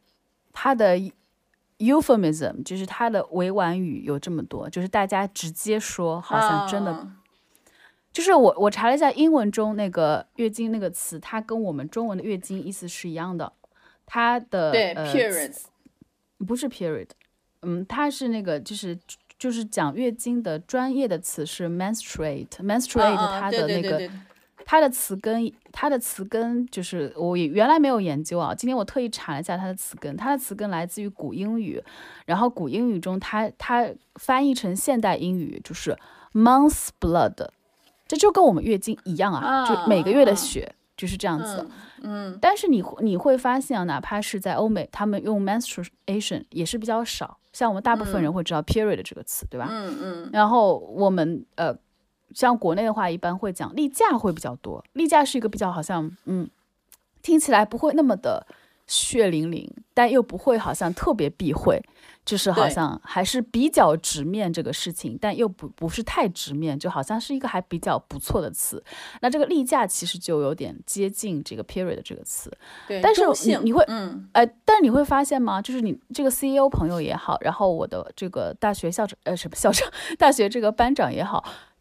euphemism， 就是它的委婉语有这么多，就是大家直接说，好像真的，就是我查了一下英文中那个月经那个词，它跟我们中文的月经意思是一样的。它的对period 不是 period， 它是那个就是讲月经的专业的词是 menstruate， 它的那个它的词根就是我原来没有研究今天我特意查了一下它的词根来自于古英语，然后古英语中它翻译成现代英语就是 month's blood， 这就跟我们月经一样就每个月的血就是这样子的。但是你会发现哪怕是在欧美，他们用 menstruation 也是比较少，像我们大部分人会知道 period 这个词，对吧？然后我们像国内的话，一般会讲例假会比较多，例假是一个比较好像听起来不会那么的血淋淋，但又不会好像特别避讳，就是好像还是比较直面这个事情，但又不是太直面，就好像是一个还比较不错的词。那这个例假其实就有点接近这个 period 这个词， 对， 但是你会但是你会发现吗？就是你这个 CEO 朋友也好，然后我的这个大学校长大学这个班长也好，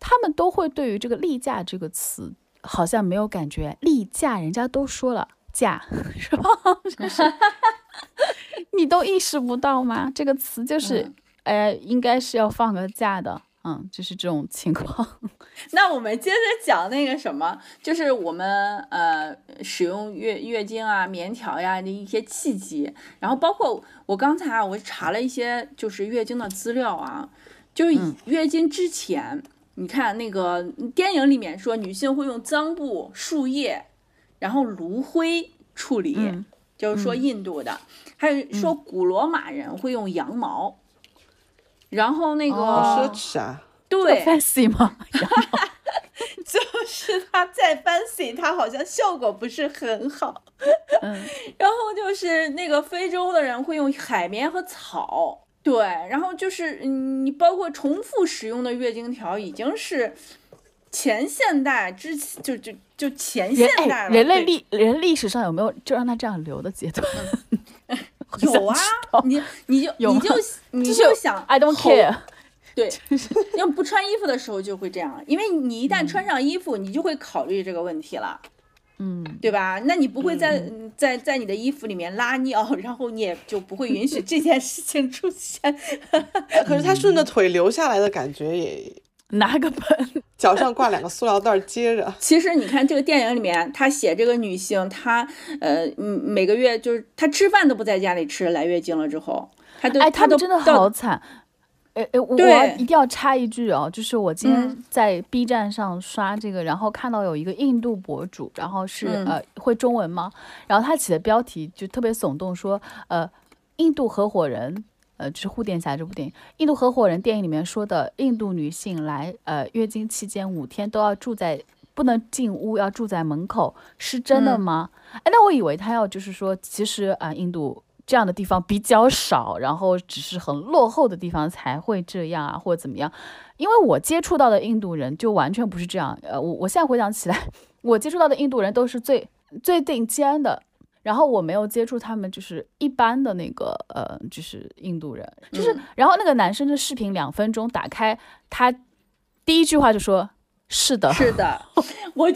他们都会对于这个例假这个词好像没有感觉。例假人家都说了假是吧？就是你都意识不到吗？这个词就是应该是要放个假的。就是这种情况。 那我们接着讲那个什么，就是我们使用月经啊、棉条呀的一些契机，然后包括我刚才我查了一些就是月经的资料啊，就是月经之前，你看那个电影里面说女性会用脏布、树叶，然后炉灰处理，就是说印度的，还有说古罗马人会用羊毛。然后那个好奢侈啊， 对 fancy 吗？ 就是它再 fancy， 它好像效果不是很好。然后就是那个非洲的人会用海绵和草，对，然后就是你包括重复使用的月经条已经是前现代之就前现代了。 人历史上有没有就让它这样留的阶段？ 有啊，你就想 I don't care。 对，因为不穿衣服的时候就会这样，因为你一旦穿上衣服，你就会考虑这个问题了，对吧？那你不会在你的衣服里面拉尿，然后你也就不会允许这件事情出现。 可是他顺着腿流下来的感觉也拿个盆， 脚上挂2个塑料袋接着。 其实你看这个电影里面，他写这个女性，她每个月就是她吃饭都不在家里吃，来月经了之后，她都真的好惨。我一定要插一句哦，就是我今天在 B 站上刷这个，然后看到有一个印度博主，然后是会中文吗？然后他起的标题就特别耸动，说印度合伙人。就是护垫侠这部电影，印度合伙人电影里面说的，印度女性来月经期间5天都要不能进屋，要住在门口，是真的吗？那我以为他要就是说，其实印度这样的地方比较少，然后只是很落后的地方才会这样啊，或者怎么样。因为我接触到的印度人就完全不是这样。我现在回想起来，我接触到的印度人都是最顶尖的。然后我没有接触他们，就是一般的那个就是印度人，就是然后那个男生的视频2分钟打开，他第一句话就说是的， 我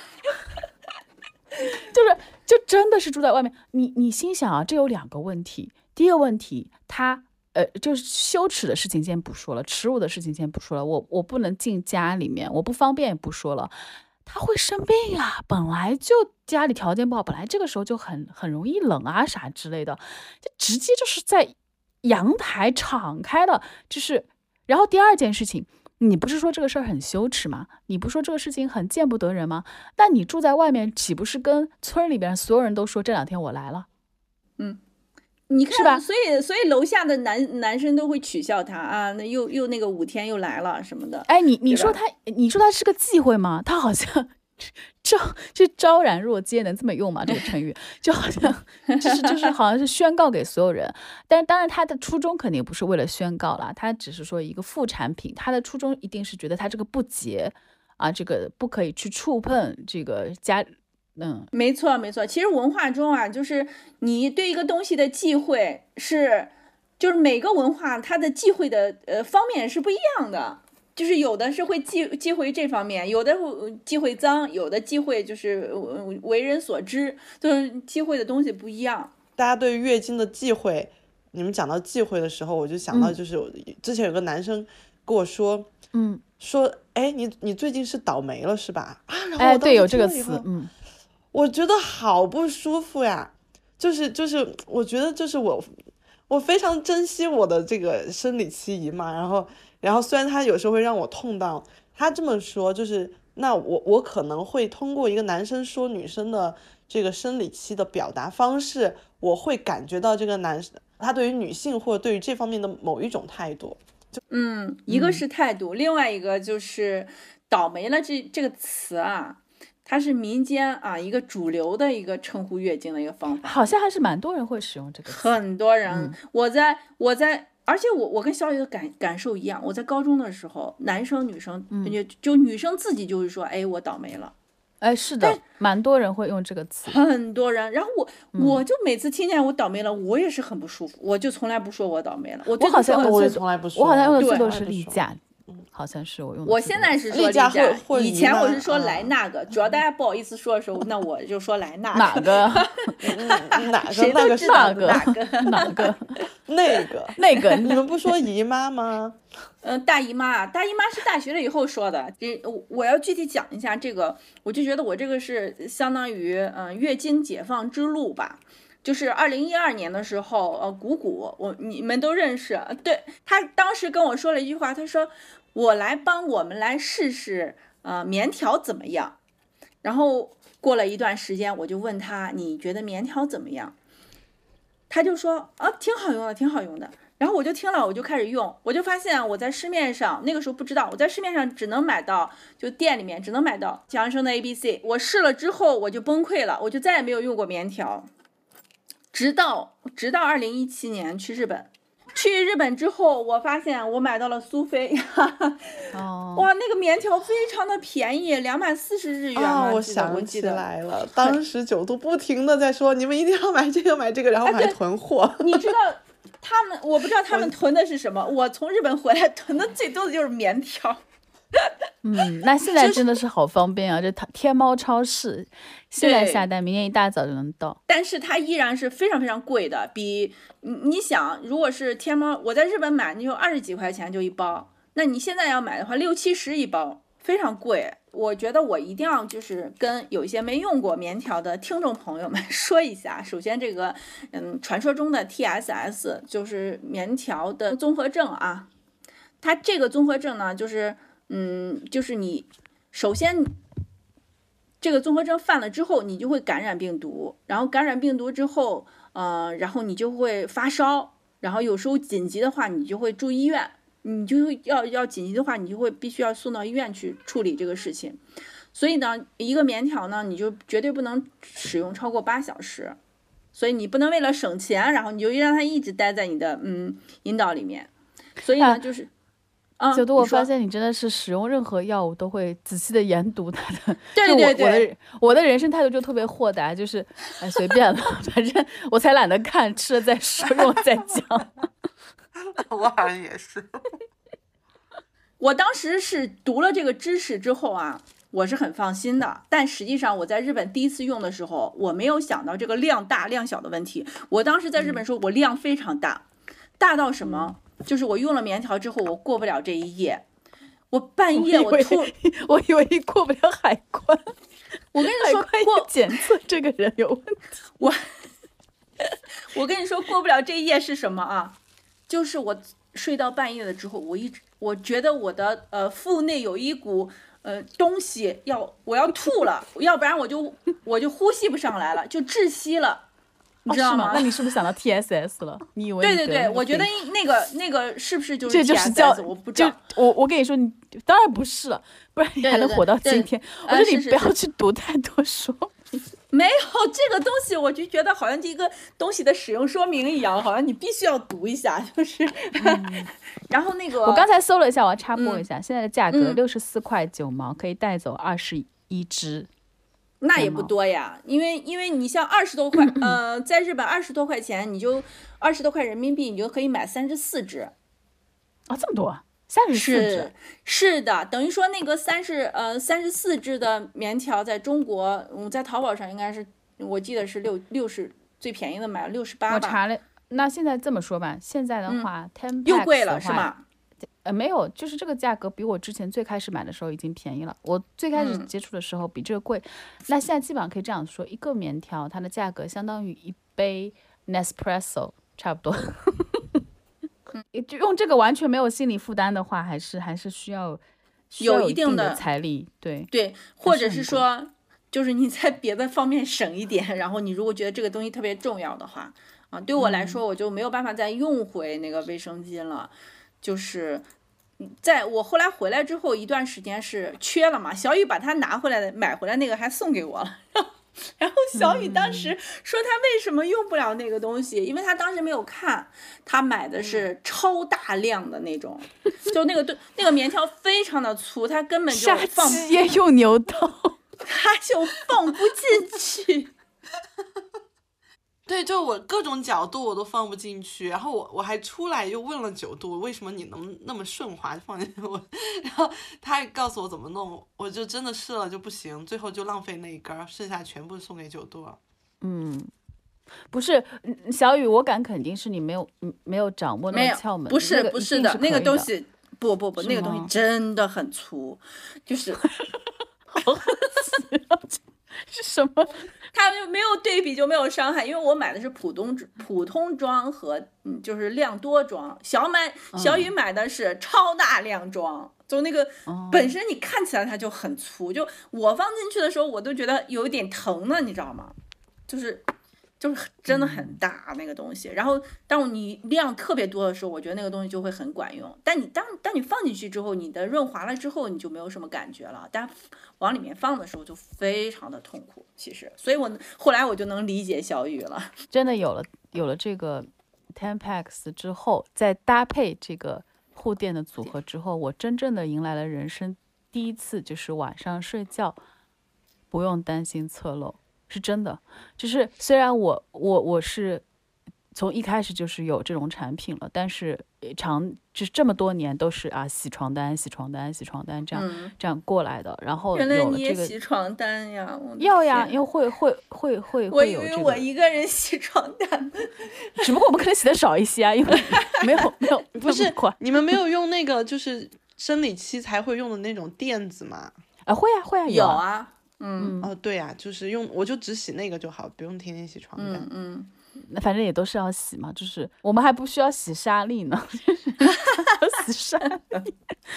就真的是住在外面。你心想啊，这有2个问题。第一个问题，他就是羞耻的事情先不说了，耻辱的事情先不说了，我不能进家里面，我不方便也不说了。他会生病啊，本来就家里条件不好，本来这个时候就很容易冷啊啥之类的，就直接就是在阳台敞开的，就是。然后第二件事情，你不是说这个事儿很羞耻吗？你不说这个事情很见不得人吗？那你住在外面，岂不是跟村里边所有人都说这2天我来了？ 你看是吧？ 所以楼下的男生都会取笑他啊，那又那个5天又来了什么的。 你说他是个忌讳吗？他好像昭然若揭，能这么用吗？这个成语就好像就是好像是宣告给所有人。但是当然他的初衷肯定不是为了宣告啦，他只是说一个副产品，他的初衷一定是觉得他这个不洁啊，这个不可以去触碰这个家。 没错。其实文化中啊，就是你对一个东西的忌讳就是每个文化它的忌讳的方面是不一样的，就是有的是会忌讳这方面，有的忌讳脏，有的忌讳就是为人所知，就是忌讳的东西不一样。 大家对于月经的忌讳，你们讲到忌讳的时候，我就想到就是之前有个男生跟我说，说你最近是倒霉了是吧？啊，然后我对，有这个词， 我觉得好不舒服呀，就是我觉得就是我非常珍惜我的这个生理期姨嘛，然后虽然他有时候会让我痛到，他这么说就是那我可能会通过一个男生说女生的这个生理期的表达方式，我会感觉到这个男生他对于女性或者对于这方面的某一种态度。 一个是态度，另外一个就是倒霉了这个词啊，它是民间啊一个主流的一个称呼月经的一个方法， 好像还是蛮多人会使用这个词。 很多人，我在，而且我跟小雨的感受一样，我在高中的时候，男生女生就女生自己就会说，我倒霉了。 是的，蛮多人会用这个词， 很多人。然后我就每次听见我倒霉了，我也是很不舒服，我就从来不说我倒霉了。我好像我也从来不说， 我好像用的最多是例假。 好像是我用的。 我现在是说丽佳或以前我是说来那个，主要大家不好意思说的时候，那我就说来那个。 哪个？ 谁都知道哪个？ 哪个？ 那个，你们不说姨妈吗？ 大姨妈是大学了以后说的。我要具体讲一下这个，我就觉得我这个是相当于月经解放之路吧。就是2012年的时候，谷谷你们都认识，对，他当时跟我说了一句话，他说我们来试试棉条怎么样。然后过了一段时间，我就问他你觉得棉条怎么样？他就说挺好用的，挺好用的。然后我就听了，我就开始用，我就发现我在市面上那个时候不知道，我在市面上只能买到，就店里面只能买到强生的 ABC。我试了之后我就崩溃了，我就再也没有用过棉条。直到2017年去日本之后，我发现我买到了苏菲。哇，那个棉条非常的便宜，240日元嘛。 我想起来了，当时9度不停的在说你们一定要买这个买这个，然后还囤货。 你知道我不知道他们囤的是什么，我从日本回来囤的最多的就是棉条。 那现在真的是好方便啊！这天猫超市现在下单，明天一大早就能到。 但是它依然是非常非常贵的，比你想，如果是天猫，我在日本买那就20几块钱就一包，那你现在要买的话60、70一包，非常贵。我觉得我一定要就是跟有一些没用过棉条的听众朋友们说一下，首先这个传说中的 TSS 就是棉条的综合症啊，它这个综合症呢就是你首先这个综合症犯了之后，你就会感染病毒，然后感染病毒之后然后你就会发烧，然后有时候紧急的话你就会住医院，你就要紧急的话你就会必须要送到医院去处理这个事情。所以呢一个棉条呢你就绝对不能使用超过8小时，所以你不能为了省钱然后你就让它一直待在你的阴道里面。所以呢就是 9度，我发现你真的是使用任何药物都会仔细的研读它的。 对， 我的人生态度就特别豁达，就是随便了，反正我才懒得看，吃了再说，用了再讲。 我好像也是。 我当时是读了这个知识之后啊，我是很放心的。但实际上我在日本第一次用的时候，我没有想到这个量大量小的问题。我当时在日本时候，我量非常大，大到什么？就是我用了棉条之后，我过不了这一页，我半夜我吐， 我以为你过不了海关。 我跟你说， 过检测这个人有问题。 我跟你说，过不了这一页是什么啊？就是我睡到半夜了之后，我觉得我的腹内有一股东西我要吐了，要不然我就呼吸不上来了，就窒息了。你知道吗？ 那你是不是想到 TSS 了？你以为对，我觉得那个是不是就是 TSS？ 这就是叫我不知道。 我跟你说，你当然不是了，不然你还能活到今天。我说你不要去读太多书。 没有这个东西，我就觉得好像这个东西的使用说明一样，好像你必须要读一下，就是。然后那个， 我刚才搜了一下，我要插播一下，现在的价格64块9毛，可以带走21支。 那也不多呀，因为你像20多块，在日本20多块钱，你就20多块人民币，你就可以买34支。 这么多？34支？ 是的，等于说那个34支的棉条，在中国，在淘宝上应该是，我记得是60，最便宜的买了68吧。 我查了，那现在这么说吧，现在的话，10 packs 又贵了是吗？ 没有，就是这个价格比我之前最开始买的时候已经便宜了。我最开始接触的时候比这个贵，那现在基本上可以这样说，一个棉条它的价格相当于一杯 Nespresso 差不多。就用这个完全没有心理负担的话，还是需要有一定的财力，对， 或者是说，就是你在别的方面省一点，然后你如果觉得这个东西特别重要的话，对我来说我就没有办法再用回那个卫生巾了。就是在我后来回来之后一段时间是缺了嘛，小雨把它买回来那个还送给我了。然后小雨当时说他为什么用不了那个东西，因为他当时没有看，他买的是超大量的那种，就那个棉条非常的粗，他根本就杀鸡也用牛刀， 他就放不进去。 对，就我各种角度我都放不进去，然后我还出来又问了9度，为什么你能那么顺滑放进去我，然后他还告诉我怎么弄，我就真的试了就不行，最后就浪费那一根，剩下全部送给9度了。 不是小雨，我敢肯定是你没有掌握那个窍门， 不是不是的，那个东西不，那个东西真的很粗，就是好是什么？ 它就没有对比就没有伤害，因为我买的是普通装和就是量多装，小雨买的是超大量装，就那个本身你看起来它就很粗，就我放进去的时候我都觉得有一点疼呢，你知道吗？就是真的很大那个东西，然后当你量特别多的时候，我觉得那个东西就会很管用。但你当你放进去之后，你的润滑了之后，你就没有什么感觉了。但往里面放的时候就非常的痛苦，其实。所以后来我就能理解小雨了。 真的有了这个 Tampax 之后，再搭配这个护垫的组合之后，我真正的迎来了人生第一次，就是晚上睡觉不用担心侧漏。是真的，就是虽然我是从一开始就是有这种产品了，但是就是这么多年都是洗床单这样过来的。然后原来你也洗床单呀？ 要呀，因为会我以有这个。 为我一个人洗床单， 只不过我们可能洗的少一些啊，因为没有不是你们没有用那个就是生理期才会用的那种垫子吗？ 会啊有啊。 对呀，就是我就只洗那个就好，不用天天洗床单。 那反正也都是要洗嘛，就是我们还不需要洗沙粒呢，洗沙粒，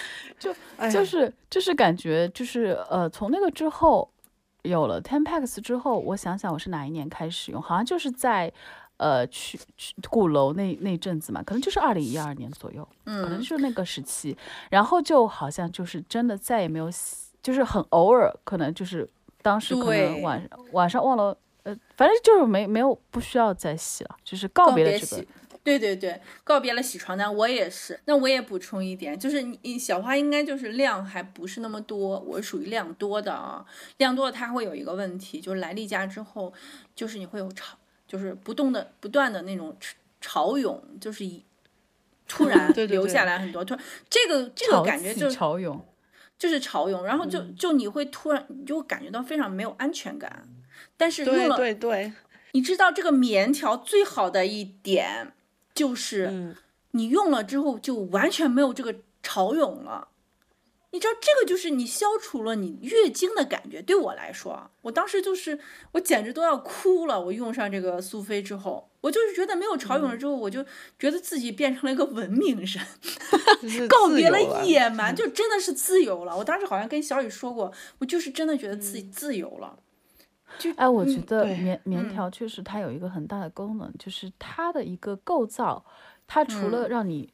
就是感觉就是从那个之后有了 Tampax 之后，我想想我是哪一年开始用，好像就是在去鼓楼那阵子嘛，可能就是2012年左右，可能就是那个时期，然后就好像就是真的再也没有洗，就是很偶尔，可能就是当时可能晚上忘了，反正就是没有不需要再洗了，就是告别了这个。 对，告别了洗床单，我也是。那我也补充一点，就是你小花应该就是量还不是那么多，我属于量多的啊。量多的它会有一个问题，就是来例假之后，就是你会有就是不断的那种潮涌，就是突然流下来很多，突然这个感觉就是潮涌。 就是潮涌，然后就你会突然你就感觉到非常没有安全感，但是用了对， 你知道这个棉条最好的一点就是你用了之后就完全没有这个潮涌了，你知道这个就是你消除了你月经的感觉。对我来说，我当时就是我简直都要哭了，我用上这个苏菲之后，我就是觉得没有潮涌了之后，我就觉得自己变成了一个文明人，告别了野蛮，就真的是自由了。我当时好像跟小雨说过，我就是真的觉得自己自由了。 我觉得棉条确实它有一个很大的功能，就是它的一个构造，它除了让你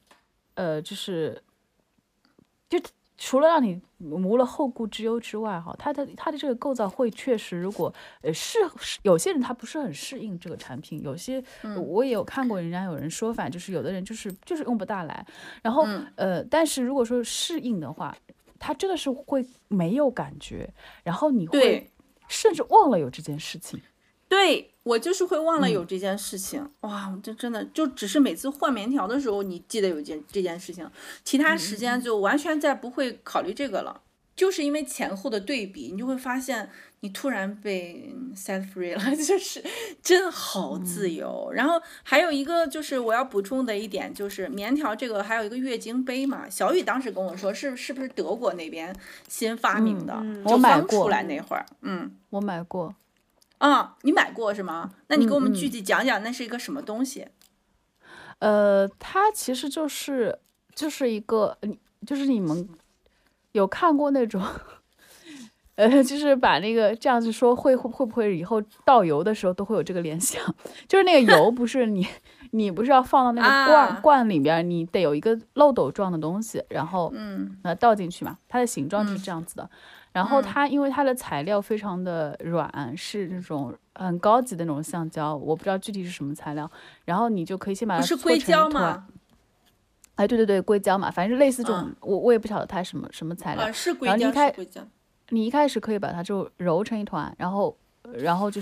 除了让你无了后顾之忧之外，哈，它的这个构造会确实，如果有些人他不是很适应这个产品，有些我也有看过人家有人说法，就是有的人就是用不大来，然后但是如果说适应的话，它真的是会没有感觉，然后你会甚至忘了有这件事情。 对，我就是会忘了有这件事情。哇，这真的就只是每次换棉条的时候你记得有这件事情，其他时间就完全再不会考虑这个了。就是因为前后的对比，你就会发现你突然被 set free 了，就是真好自由。然后还有一个就是我要补充的一点，就是棉条这个还有一个月经杯嘛。小雨当时跟我说是不是德国那边新发明的？ 我买过， 出来那会儿， 我买过。 你买过是吗？那你给我们具体讲讲那是一个什么东西？ 它其实就是一个，就是你们有看过那种，就是把那个这样子说会不会以后倒油的时候都会有这个联想，就是那个油不是你不是要放到那个罐里边，你得有一个漏斗状的东西，然后倒进去嘛，它的形状就是这样子的。然后它因为它的材料非常的软，是那种很高级的那种橡胶，我不知道具体是什么材料。然后你就可以先把它搓成一团。 不是硅胶吗？ 哎，对，硅胶嘛，反正类似这种，我也不晓得它什么材料。 是硅胶，是硅胶。 你一开始可以把它就揉成一团，然后就是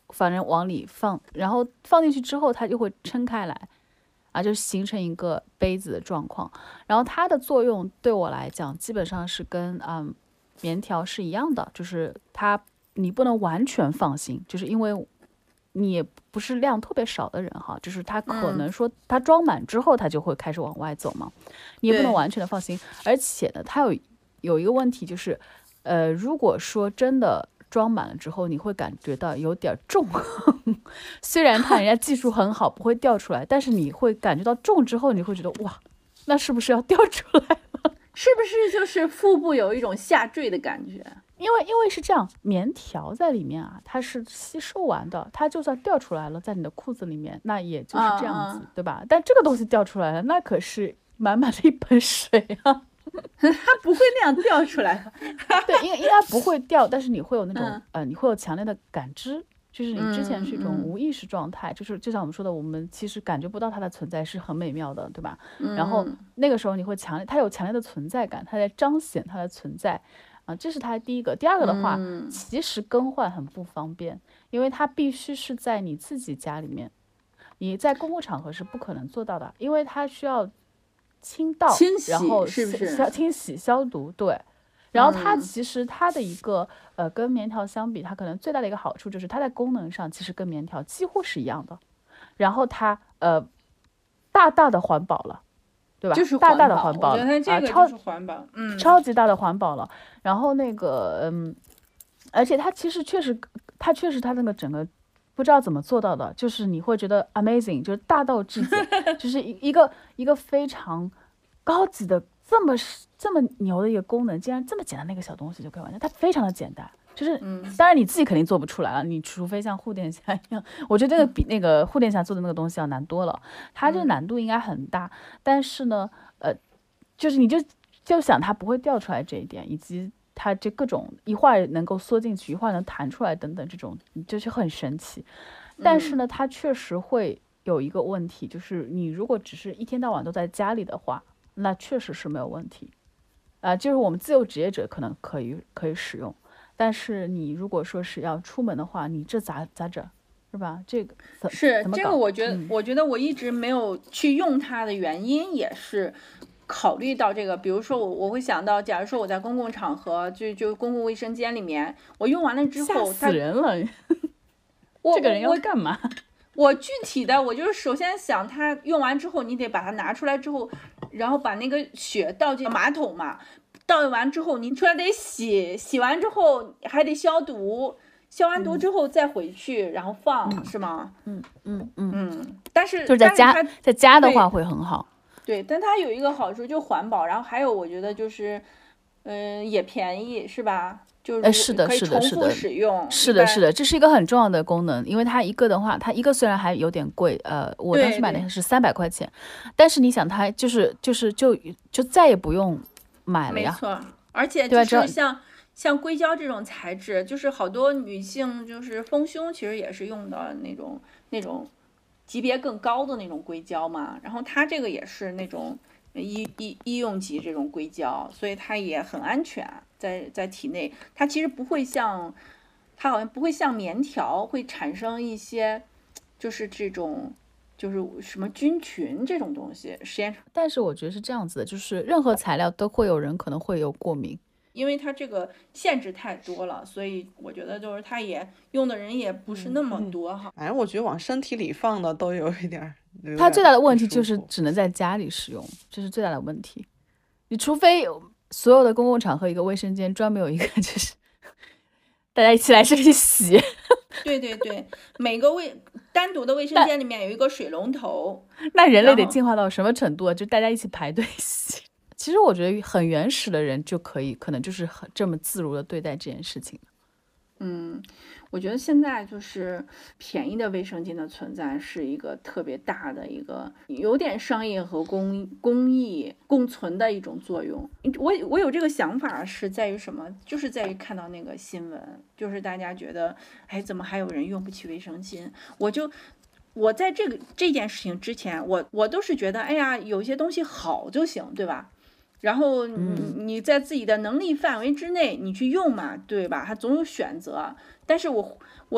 反正往里放，然后放进去之后它就会撑开来啊，就形成一个杯子的状况。然后它的作用对我来讲基本上是跟棉条是一样的，就是你不能完全放心，就是因为你也不是量特别少的人哈，就是它可能说它装满之后它就会开始往外走嘛，你也不能完全的放心。而且呢，它有一个问题就是，如果说真的装满了之后，你会感觉到有点重，虽然人家技术很好，不会掉出来，但是你会感觉到重之后，你会觉得哇，那是不是要掉出来了？ 是不是就是腹部有一种下坠的感觉？ 因为是这样，棉条在里面啊，它是吸收完的，它就算掉出来了，在你的裤子里面，那也就是这样子，对吧？但这个东西掉出来了，那可是满满的一盆水啊， 它不会那样掉出来的。 对，应该不会掉，但是你会有那种你会有强烈的感知，就是你之前是一种无意识状态，就是就像我们说的，我们其实感觉不到它的存在是很美妙的，对吧？然后那个时候你会它有强烈的存在感，它在彰显它的存在。这是它第一个。第二个的话，其实更换很不方便，因为它必须是在你自己家里面，你在公共场合是不可能做到的，因为它需要清道，然后是不是清洗消毒？对。然后它其实它的一个跟棉条相比，它可能最大的一个好处就是它在功能上其实跟棉条几乎是一样的，然后它大大的环保了。对吧？ 就是大大的环保了， 我觉得这个就是环保， 超级大的环保了。然后那个而且它其实确实它那个整个不知道怎么做到的，就是你会觉得 amazing， 就是大道至简，就是一个非常高级的这么牛的一个功能，竟然这么简单的一个小东西就可以完成，它非常的简单。就是当然你自己肯定做不出来了，你除非像护垫侠一样，我觉得这个比那个护垫侠做的那个东西要难多了，它这个难度应该很大，但是呢就是你就想它不会掉出来这一点，以及它这各种一会儿能够缩进去，一会儿能弹出来等等，这种就是很神奇。但是呢它确实会有一个问题，就是你如果只是一天到晚都在家里的话，那确实是没有问题就是我们自由职业者可能可以使用，但是你如果说是要出门的话，你这咋整，是吧？这个是这个，我觉得我一直没有去用它的原因也是考虑到这个。比如说我会想到，假如说我在公共场合，就公共卫生间里面，我用完了之后， 吓死人了，这个人要干嘛？ 我具体的，我就是首先想，它用完之后，你得把它拿出来之后，然后把那个血倒进马桶嘛。倒完之后，你出来得洗，洗完之后还得消毒，消完毒之后再回去，然后放，是吗？但是就是在家的话会很好。 对，但它有一个好处就环保，然后还有我觉得就是，也便宜，是吧？就是可以重复使用。 是的，这是一个很重要的功能，因为它一个的话，它一个虽然还有点贵，我当时买的是300块钱，但是你想它就再也不用买了呀。 没错，而且就是像硅胶这种材质，就是好多女性就是丰胸其实也是用的那种级别更高的那种硅胶嘛，然后它这个也是那种医用级这种硅胶，所以它也很安全，在体内，它其实它好像不会像棉条会产生一些就是这种就是什么菌群这种东西，实验。 但是我觉得是这样子的，就是任何材料都会有人可能会有过敏， 因为它这个限制太多了，所以我觉得就是它也用的人也不是那么多哈。 反正我觉得往身体里放的都有一点。 它最大的问题就是只能在家里使用，这是最大的问题。你除非所有的公共场合一个卫生间专门有一个就是大家一起来这里洗。 对，每个单独的卫生间里面有一个水龙头。 那人类得进化到什么程度啊？就大家一起排队洗。其实我觉得很原始的人就可能就是这么自如的对待这件事情。 我觉得现在就是便宜的卫生巾的存在是一个特别大的一个有点商业和公益共存的一种作用。我有这个想法是在于什么？就是在于看到那个新闻，就是大家觉得怎么还有人用不起卫生巾？我在这件事情之前，我都是觉得有些东西好就行，对吧？然后你在自己的能力范围之内你去用嘛，对吧？它总有选择。但是我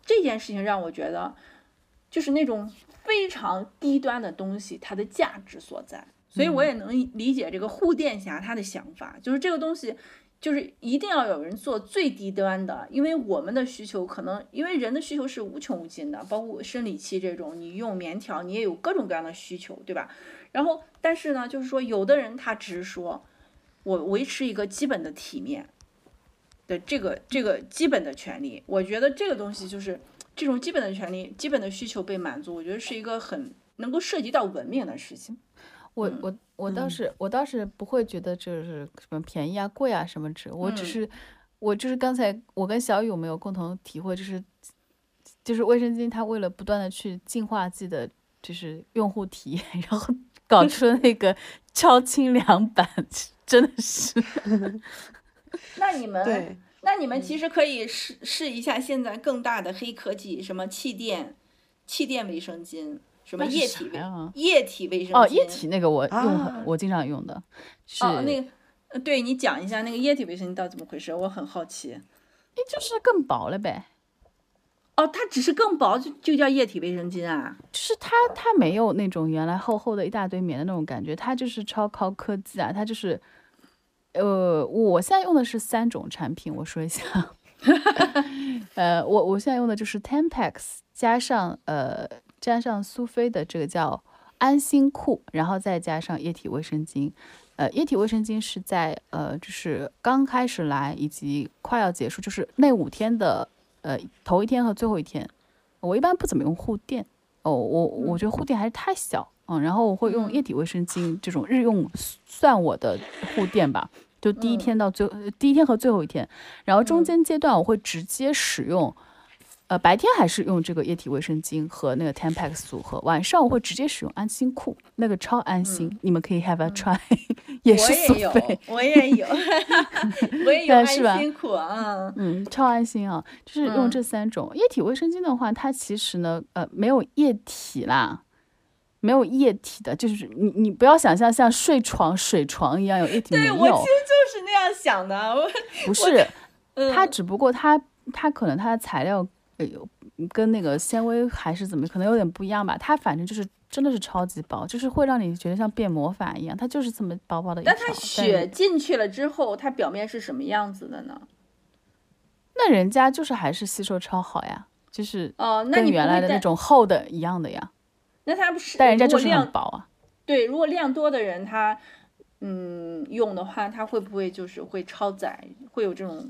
这件事情让我觉得，就是那种非常低端的东西，它的价值所在。所以我也能理解这个护垫侠他的想法，就是这个东西就是一定要有人做最低端的，因为我们的需求可能，因为人的需求是无穷无尽的，包括生理期这种，你用棉条你也有各种各样的需求，对吧？然后但是呢，就是说有的人他只是说我维持一个基本的体面的这个基本的权利，我觉得这个东西就是这种基本的权利、基本的需求被满足，我觉得是一个很能够涉及到文明的事情。 我倒是不会觉得这是什么便宜啊、贵啊什么之，我就是刚才我跟小雨有没有共同体会，就是卫生巾它为了不断的去净化自己的就是用户体验，然后搞出了那个超清凉版，真的是。 那你们其实可以试一下现在更大的黑科技，什么气垫卫生巾。什么液体卫生巾？ 液体那个我经常用的。 那个，对你讲一下那个液体卫生巾到底怎么回事？我很好奇。 就是更薄了呗。 它只是更薄就叫液体卫生巾啊？ 就是它没有那种原来厚厚的一大堆棉的那种感觉，它就是超高科技啊！它就是，我现在用的是3种产品，我说一下。我现在用的就是 Tampax 加上苏菲的这个叫安心裤，然后再加上液体卫生巾。液体卫生巾是在就是刚开始来以及快要结束，就是那5天的头1天和最后1天，我一般不怎么用护垫。我觉得护垫还是太小，然后我会用液体卫生巾这种日用算我的护垫吧。就第一天和最后1天，然后中间阶段我会直接使用，白天还是用这个液体卫生巾和那个 Tampax 组合，晚上我会直接使用安心裤，那个超安心，你们可以 have a try，也是苏菲， 我也有安心裤啊， 超安心啊，就是用这3种。液体卫生巾的话，它其实呢，没有液体啦。没有液体的，就是你不要想象像水床一样有液体，没有。 对，我其实就是那样想的。 不是，它只不过它可能它的材料跟那个纤维还是怎么，可能有点不一样吧。它反正就是真的是超级薄，就是会让你觉得像变魔法一样。它就是这么薄薄的一条。 但它血进去了之后，它表面是什么样子的呢？ 那人家就是还是吸收超好呀，就是跟原来的那种厚的一样的呀。 那它不是， 但人家就是很薄啊。 对，如果量多的人他用的话，他会不会就是会超载，会有这种？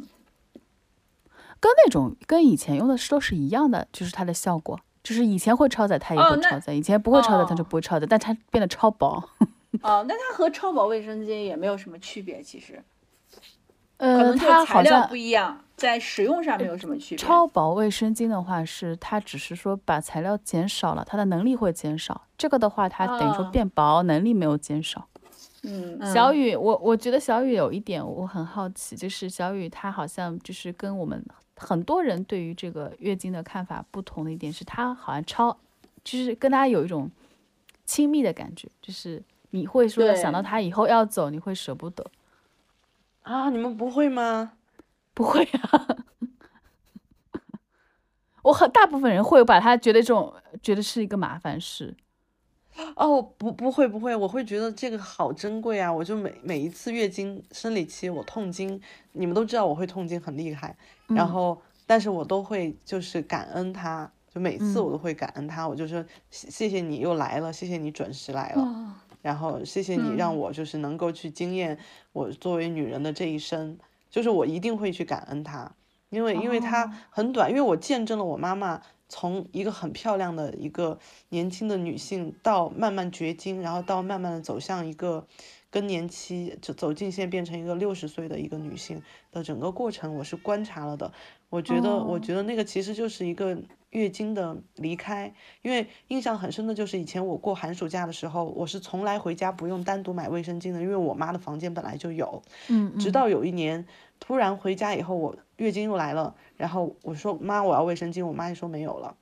跟以前用的都是一样的，就是它的效果，就是以前会超载，它也会超载；以前不会超载，它就不会超载，但它变得超薄。 那它和超薄卫生巾也没有什么区别，其实。可能它材料不一样，在使用上没有什么区别。 超薄卫生巾的话它只是说把材料减少了，它的能力会减少。这个的话，它等于说变薄，能力没有减少。小雨，我觉得小雨有一点我很好奇，就是小雨她好像就是跟我们很多人对于这个月经的看法不同的一点是，她好像就是跟她有一种亲密的感觉，就是你会说想到她以后要走，你会舍不得。 啊，你们不会吗？ 不会啊，大部分人会把它觉得是一个麻烦事。 不会，我会觉得这个好珍贵啊！我就每一次月经生理期我痛经，你们都知道我会痛经很厉害，然后但是我都会就是感恩他，就每次我都会感恩他，我就说谢谢你又来了，谢谢你准时来了。然后谢谢你让我就是能够去经验我作为女人的这一生，就是我一定会去感恩她，因为她很短，因为我见证了我妈妈从一个很漂亮的一个年轻的女性到慢慢绝经，然后到慢慢的走向一个更年期，就走进现在变成一个60岁的一个女性的整个过程，我是观察了的。我觉得那个其实就是一个月经的离开，因为印象很深的就是以前我过寒暑假的时候，我是从来回家不用单独买卫生巾的，因为我妈的房间本来就有。直到有一年突然回家以后，我月经又来了，然后我说妈我要卫生巾，我妈就说没有了。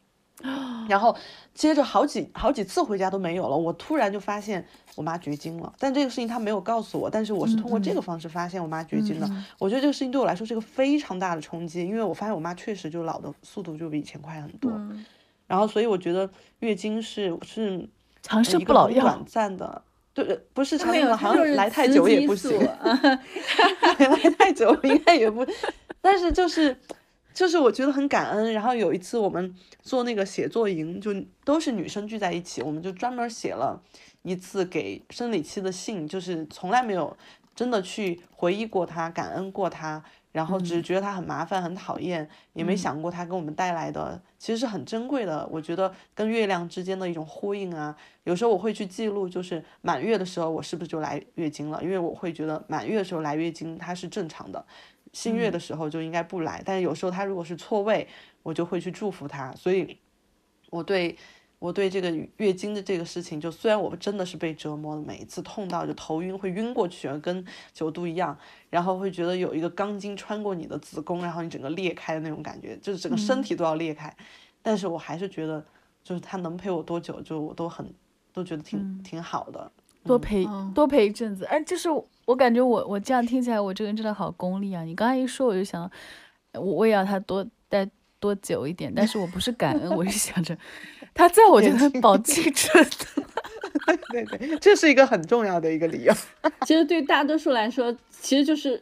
然后接着好几次回家都没有了，我突然就发现我妈绝经了，但这个事情她没有告诉我，但是我是通过这个方式发现我妈绝经的。我觉得这个事情对我来说是个非常大的冲击，因为我发现我妈确实就老的速度就比以前快很多。然后所以我觉得月经是长生不老药， 短暂的。对，不是长生不老，好像来太久也不行。来太久应该也不，但是就是我觉得很感恩。然后有一次我们做那个写作营，就都是女生聚在一起，我们就专门写了一次给生理期的信，就是从来没有真的去回忆过她，感恩过她，然后只觉得她很麻烦很讨厌，也没想过她给我们带来的其实是很珍贵的，我觉得跟月亮之间的一种呼应啊。有时候我会去记录，就是满月的时候我是不是就来月经了，因为我会觉得满月的时候来月经它是正常的，新月的时候就应该不来，但是有时候它如果是错位，我就会去祝福它。所以我对这个月经的这个事情，就虽然我真的是被折磨的，每一次痛到就头晕会晕过去，跟9度一样，然后会觉得有一个钢筋穿过你的子宫，然后你整个裂开的那种感觉，就是整个身体都要裂开。但是我还是觉得就是它能陪我多久，就我都觉得挺好的。 多陪一阵子。就是我感觉我这样听起来，我这个人真的好功利啊！你刚才一说，我就想我也要他待多久一点，但是我不是感恩，我是想着他在我这边保记着的。 对，这是一个很重要的一个理由。 其实对大多数来说，其实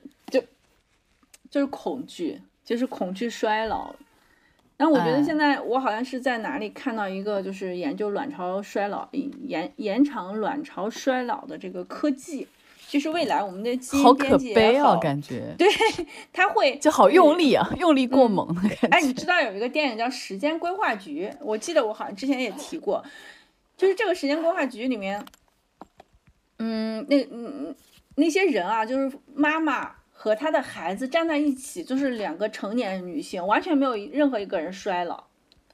就是恐惧，就是恐惧衰老。然后我觉得现在我好像是在哪里看到一个就是研究卵巢衰老、延长卵巢衰老的这个科技，就是未来我们的基因编辑也好， 好可悲啊，感觉。 对，它会就好用力啊，用力过猛的感觉。 你知道有一个电影叫《时间规划局》，我记得我好像之前也提过，就是这个时间规划局里面，那些人啊，就是妈妈和她的孩子站在一起，就是2个成年女性，完全没有任何一个人衰老，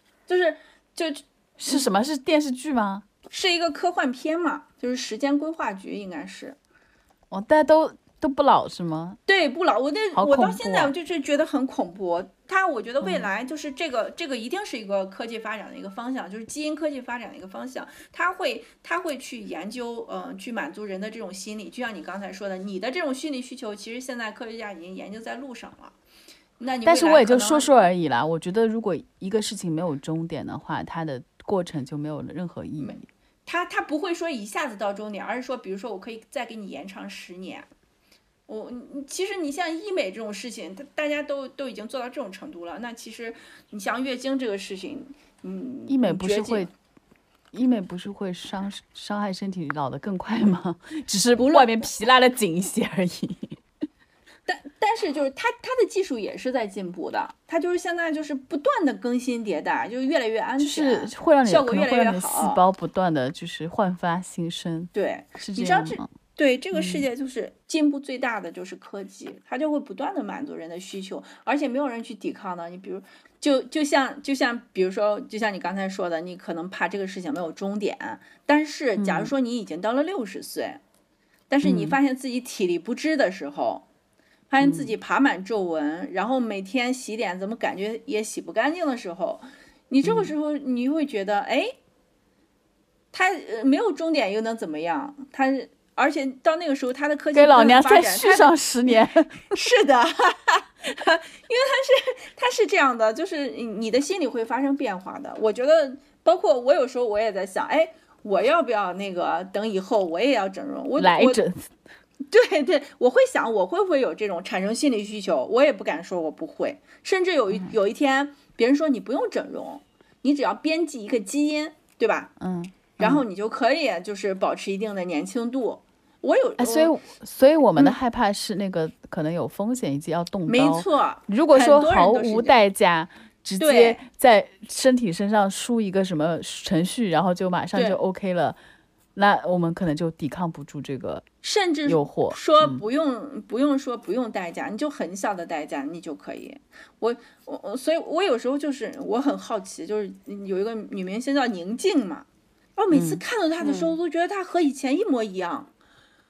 是什么？是电视剧吗？ 是一个科幻片嘛，就是时间规划局应该是。 大家都不老是吗？ 对，不老。我到现在我就是觉得很恐怖。我觉得未来就是这个一定是一个科技发展的一个方向，就是基因科技发展的一个方向。它会去研究，去满足人的这种心理。就像你刚才说的，你的这种心理需求，其实现在科学家已经研究在路上了。 但是我也就说而已啦。我觉得如果一个事情没有终点的话，它的过程就没有任何意义。 它不会说一下子到终点，而是说，比如说我可以再给你延长10年。其实你像医美这种事情，大家都已经做到这种程度了。那其实你像月经这个事情， 医美不是会伤害身体老得更快吗？只是外面皮拉的紧一些而已。 但是就是它的技术也是在进步的，它就是现在就是不断的更新迭代，就是越来越安全， 就是会让你效果越来越好， 细胞不断的就是焕发新生。 对， 是这样吗？ 对，这个世界就是进步最大的就是科技，它就会不断的满足人的需求，而且没有人去抵抗的。你比如就像比如说，就像你刚才说的，你可能怕这个事情没有终点，但是假如说你已经到了60岁，但是你发现自己体力不支的时候，发现自己爬满皱纹，然后每天洗脸怎么感觉也洗不干净的时候，你这个时候你会觉得，它没有终点又能怎么样？而且到那个时候，它的科技给老娘再续上10年。 是的，因为它是这样的，就是你的心理会发生变化的。我觉得，包括我有时候我也在想，我要不要那个等以后我也要整容？ 来整。 对，我会想我会不会有这种产生心理需求，我也不敢说我不会。甚至有一天，别人说你不用整容，你只要编辑一个基因，对吧？然后你就可以就是保持一定的年轻度。 所以我们的害怕是那个可能有风险以及要动刀。 没错， 如果说毫无代价，直接在身体身上输一个什么程序，然后就马上就 OK 了，那我们可能就抵抗不住这个甚至诱惑。 说不用代价，你就很小的代价你就可以。所以我有时候就是我很好奇，就是有一个女明星叫宁静嘛，我每次看到她的时候都觉得她和以前一模一样。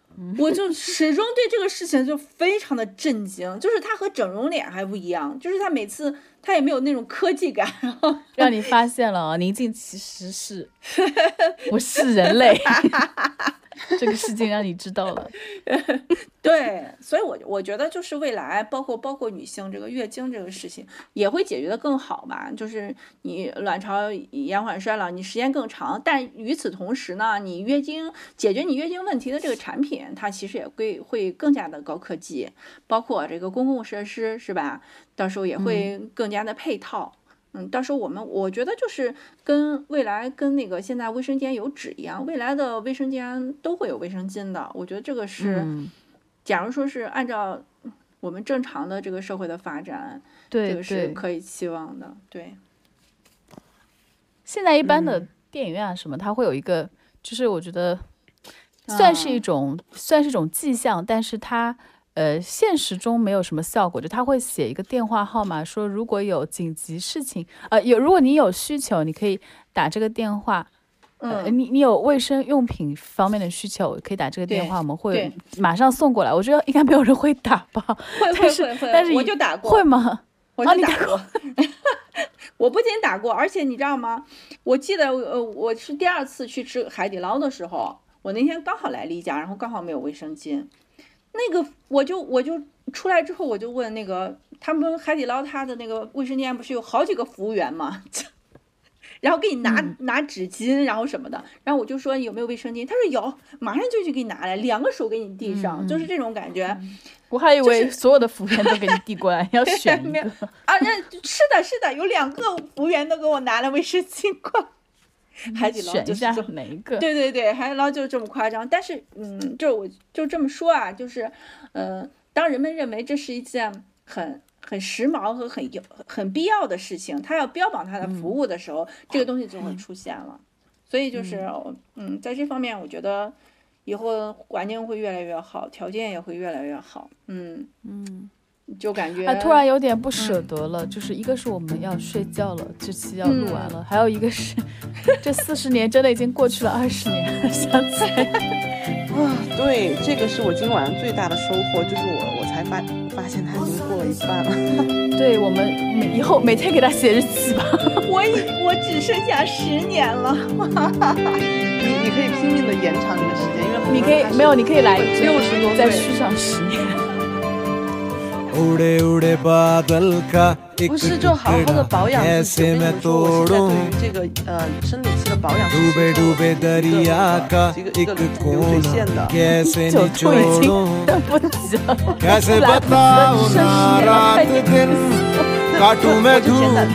我就始终对这个事情就非常的震惊，就是他和整容脸还不一样，就是他每次他也没有那种科技感， 让你发现了宁静其实是不是人类。这个事情让你知道了。 对，所以我觉得就是未来包括女性这个月经这个事情也会解决的更好吧，就是你卵巢延缓衰老，你时间更长，但与此同时呢，你解决你月经问题的这个产品，它其实也会更加的高科技，包括这个公共设施是吧？到时候也会更加的配套。到时候我觉得就是跟未来跟那个现在卫生间有纸一样，未来的卫生间都会有卫生巾的。我觉得这个是，假如说是按照我们正常的这个社会的发展， 对， 这个是可以期望的。对， 现在一般的电影院啊什么，它会有一个，就是我觉得算是一种迹象，但是它。现实中没有什么效果，就他会写一个电话号码，说如果有紧急事情，如果你有需求，你可以打这个电话。你有卫生用品方面的需求，可以打这个电话，我们会马上送过来。我觉得应该没有人会打吧？ 会， 但是我就打过。 会吗？ 我就打过。我不仅打过，而且你知道吗？我记得我是第2次去吃海底捞的时候，我那天刚好来例假，然后刚好没有卫生巾。那个我就出来之后，我就问那个他们海底捞他的那个卫生间不是有好几个服务员嘛，然后给你拿纸巾，然后什么的，然后我就说有没有卫生巾，他说有，马上就去给你拿来，2个手给你递上，就是这种感觉。 我还以为所有的服务员都给你递过来，要选一个啊？那是的，有2个服务员都给我拿了卫生巾过来。海底捞就是哪一个？ 对，海底捞就是这么夸张。但是我就这么说啊，就是当人们认为这是一件很时髦和很必要的事情，他要标榜他的服务的时候，这个东西就会出现了。所以就是在这方面，我觉得以后环境会越来越好，条件也会越来越好。就感觉突然有点不舍得了，就是一个是我们要睡觉了，这期要录完了，还有一个是这40年真的已经过去了20年了，想起来对，这个是我今晚最大的收获，就是我才发现它已经过了一半了。 对，我们以后每天给他写日记吧。 我只剩下10年了。 你可以拼命的延长这个时间，因为你可以来 60多岁再续上10年。 不是，就好好的保养自己。我跟你们说，我现在对于这个生理期的保养是一个流水线的 ，9度已经等不及了。 我就简短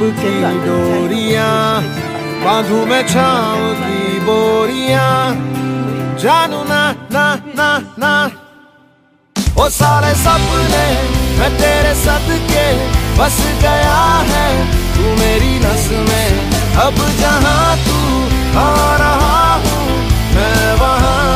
ओ सारे सपने मैं तेरे सदके बस गया है, तू मेरी नस में अब जहाँ तू आ रहा हूँ मैं वहाँ।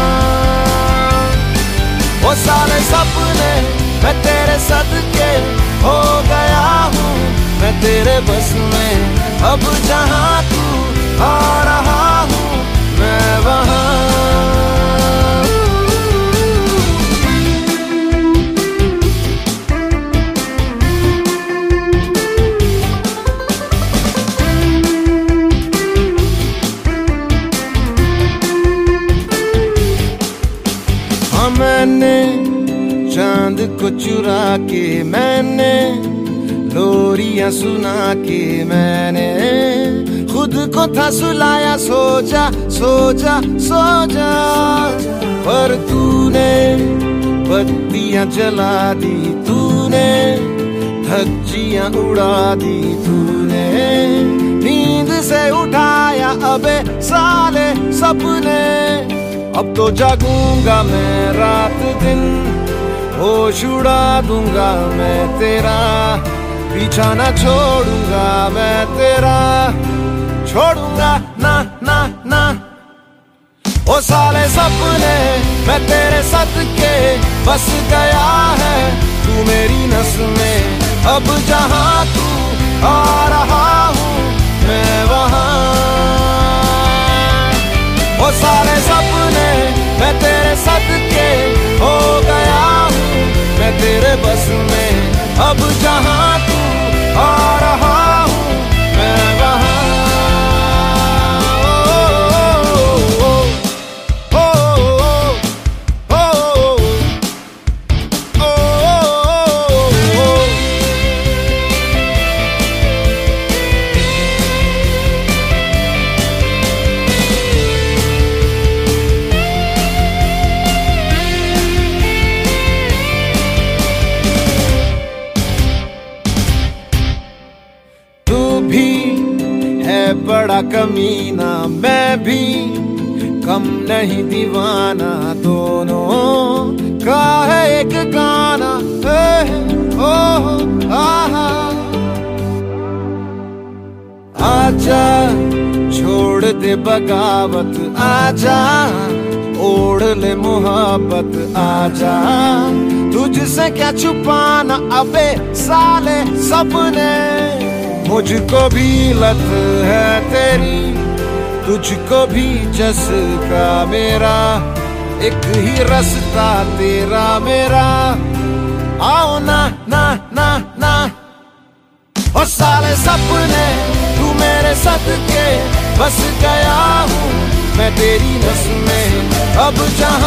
ओ सारे सपने मैं तेरे सदके हो गया हूँ मैं तेरे बस में अब जहाँ तू आ रहा हूँ मैं वहाँ। मैंने चांद को चुरा के मैंने लोरियां सुना के मैंने खुद को था सुलाया, सो जा सो जा सो जा, पर तूने बत्तियां जला दी, तूने धज्जियां उड़ा दी, तूने नींद से उठाया अबे साले सपने। अब तो जागूंगा मैं रात दिन, होश उड़ा दूंगा मैं तेरा, पीछा ना छोड़ूंगा मैं तेरा, छोड़ूंगा ना ना ना। ओ साले सपने मैं तेरे सदके बस गया है, तू मेरी नस में अब जहाँ तू आ रहा हूँ मैं वहाँ। ओ सारे सपने मैं तेरे सदके बड़ा कमीना मैं भी कम नहीं दीवाना दोनों का है एक गाना ओ आहा आजा छोड़ दे बगावत आजा ओढ़ ले मोहब्बत आजा तुझसे क्या छुपाना अबे साले सपने मुझको भी लत है तेरी तुझको भी चस्का मेरा एक ही रास्ता तेरा मेरा आओ ना ना ना ना ओ साले सपने तू मेरे सदके बस गया हूँ मैं तेरी नस में अब जहाँ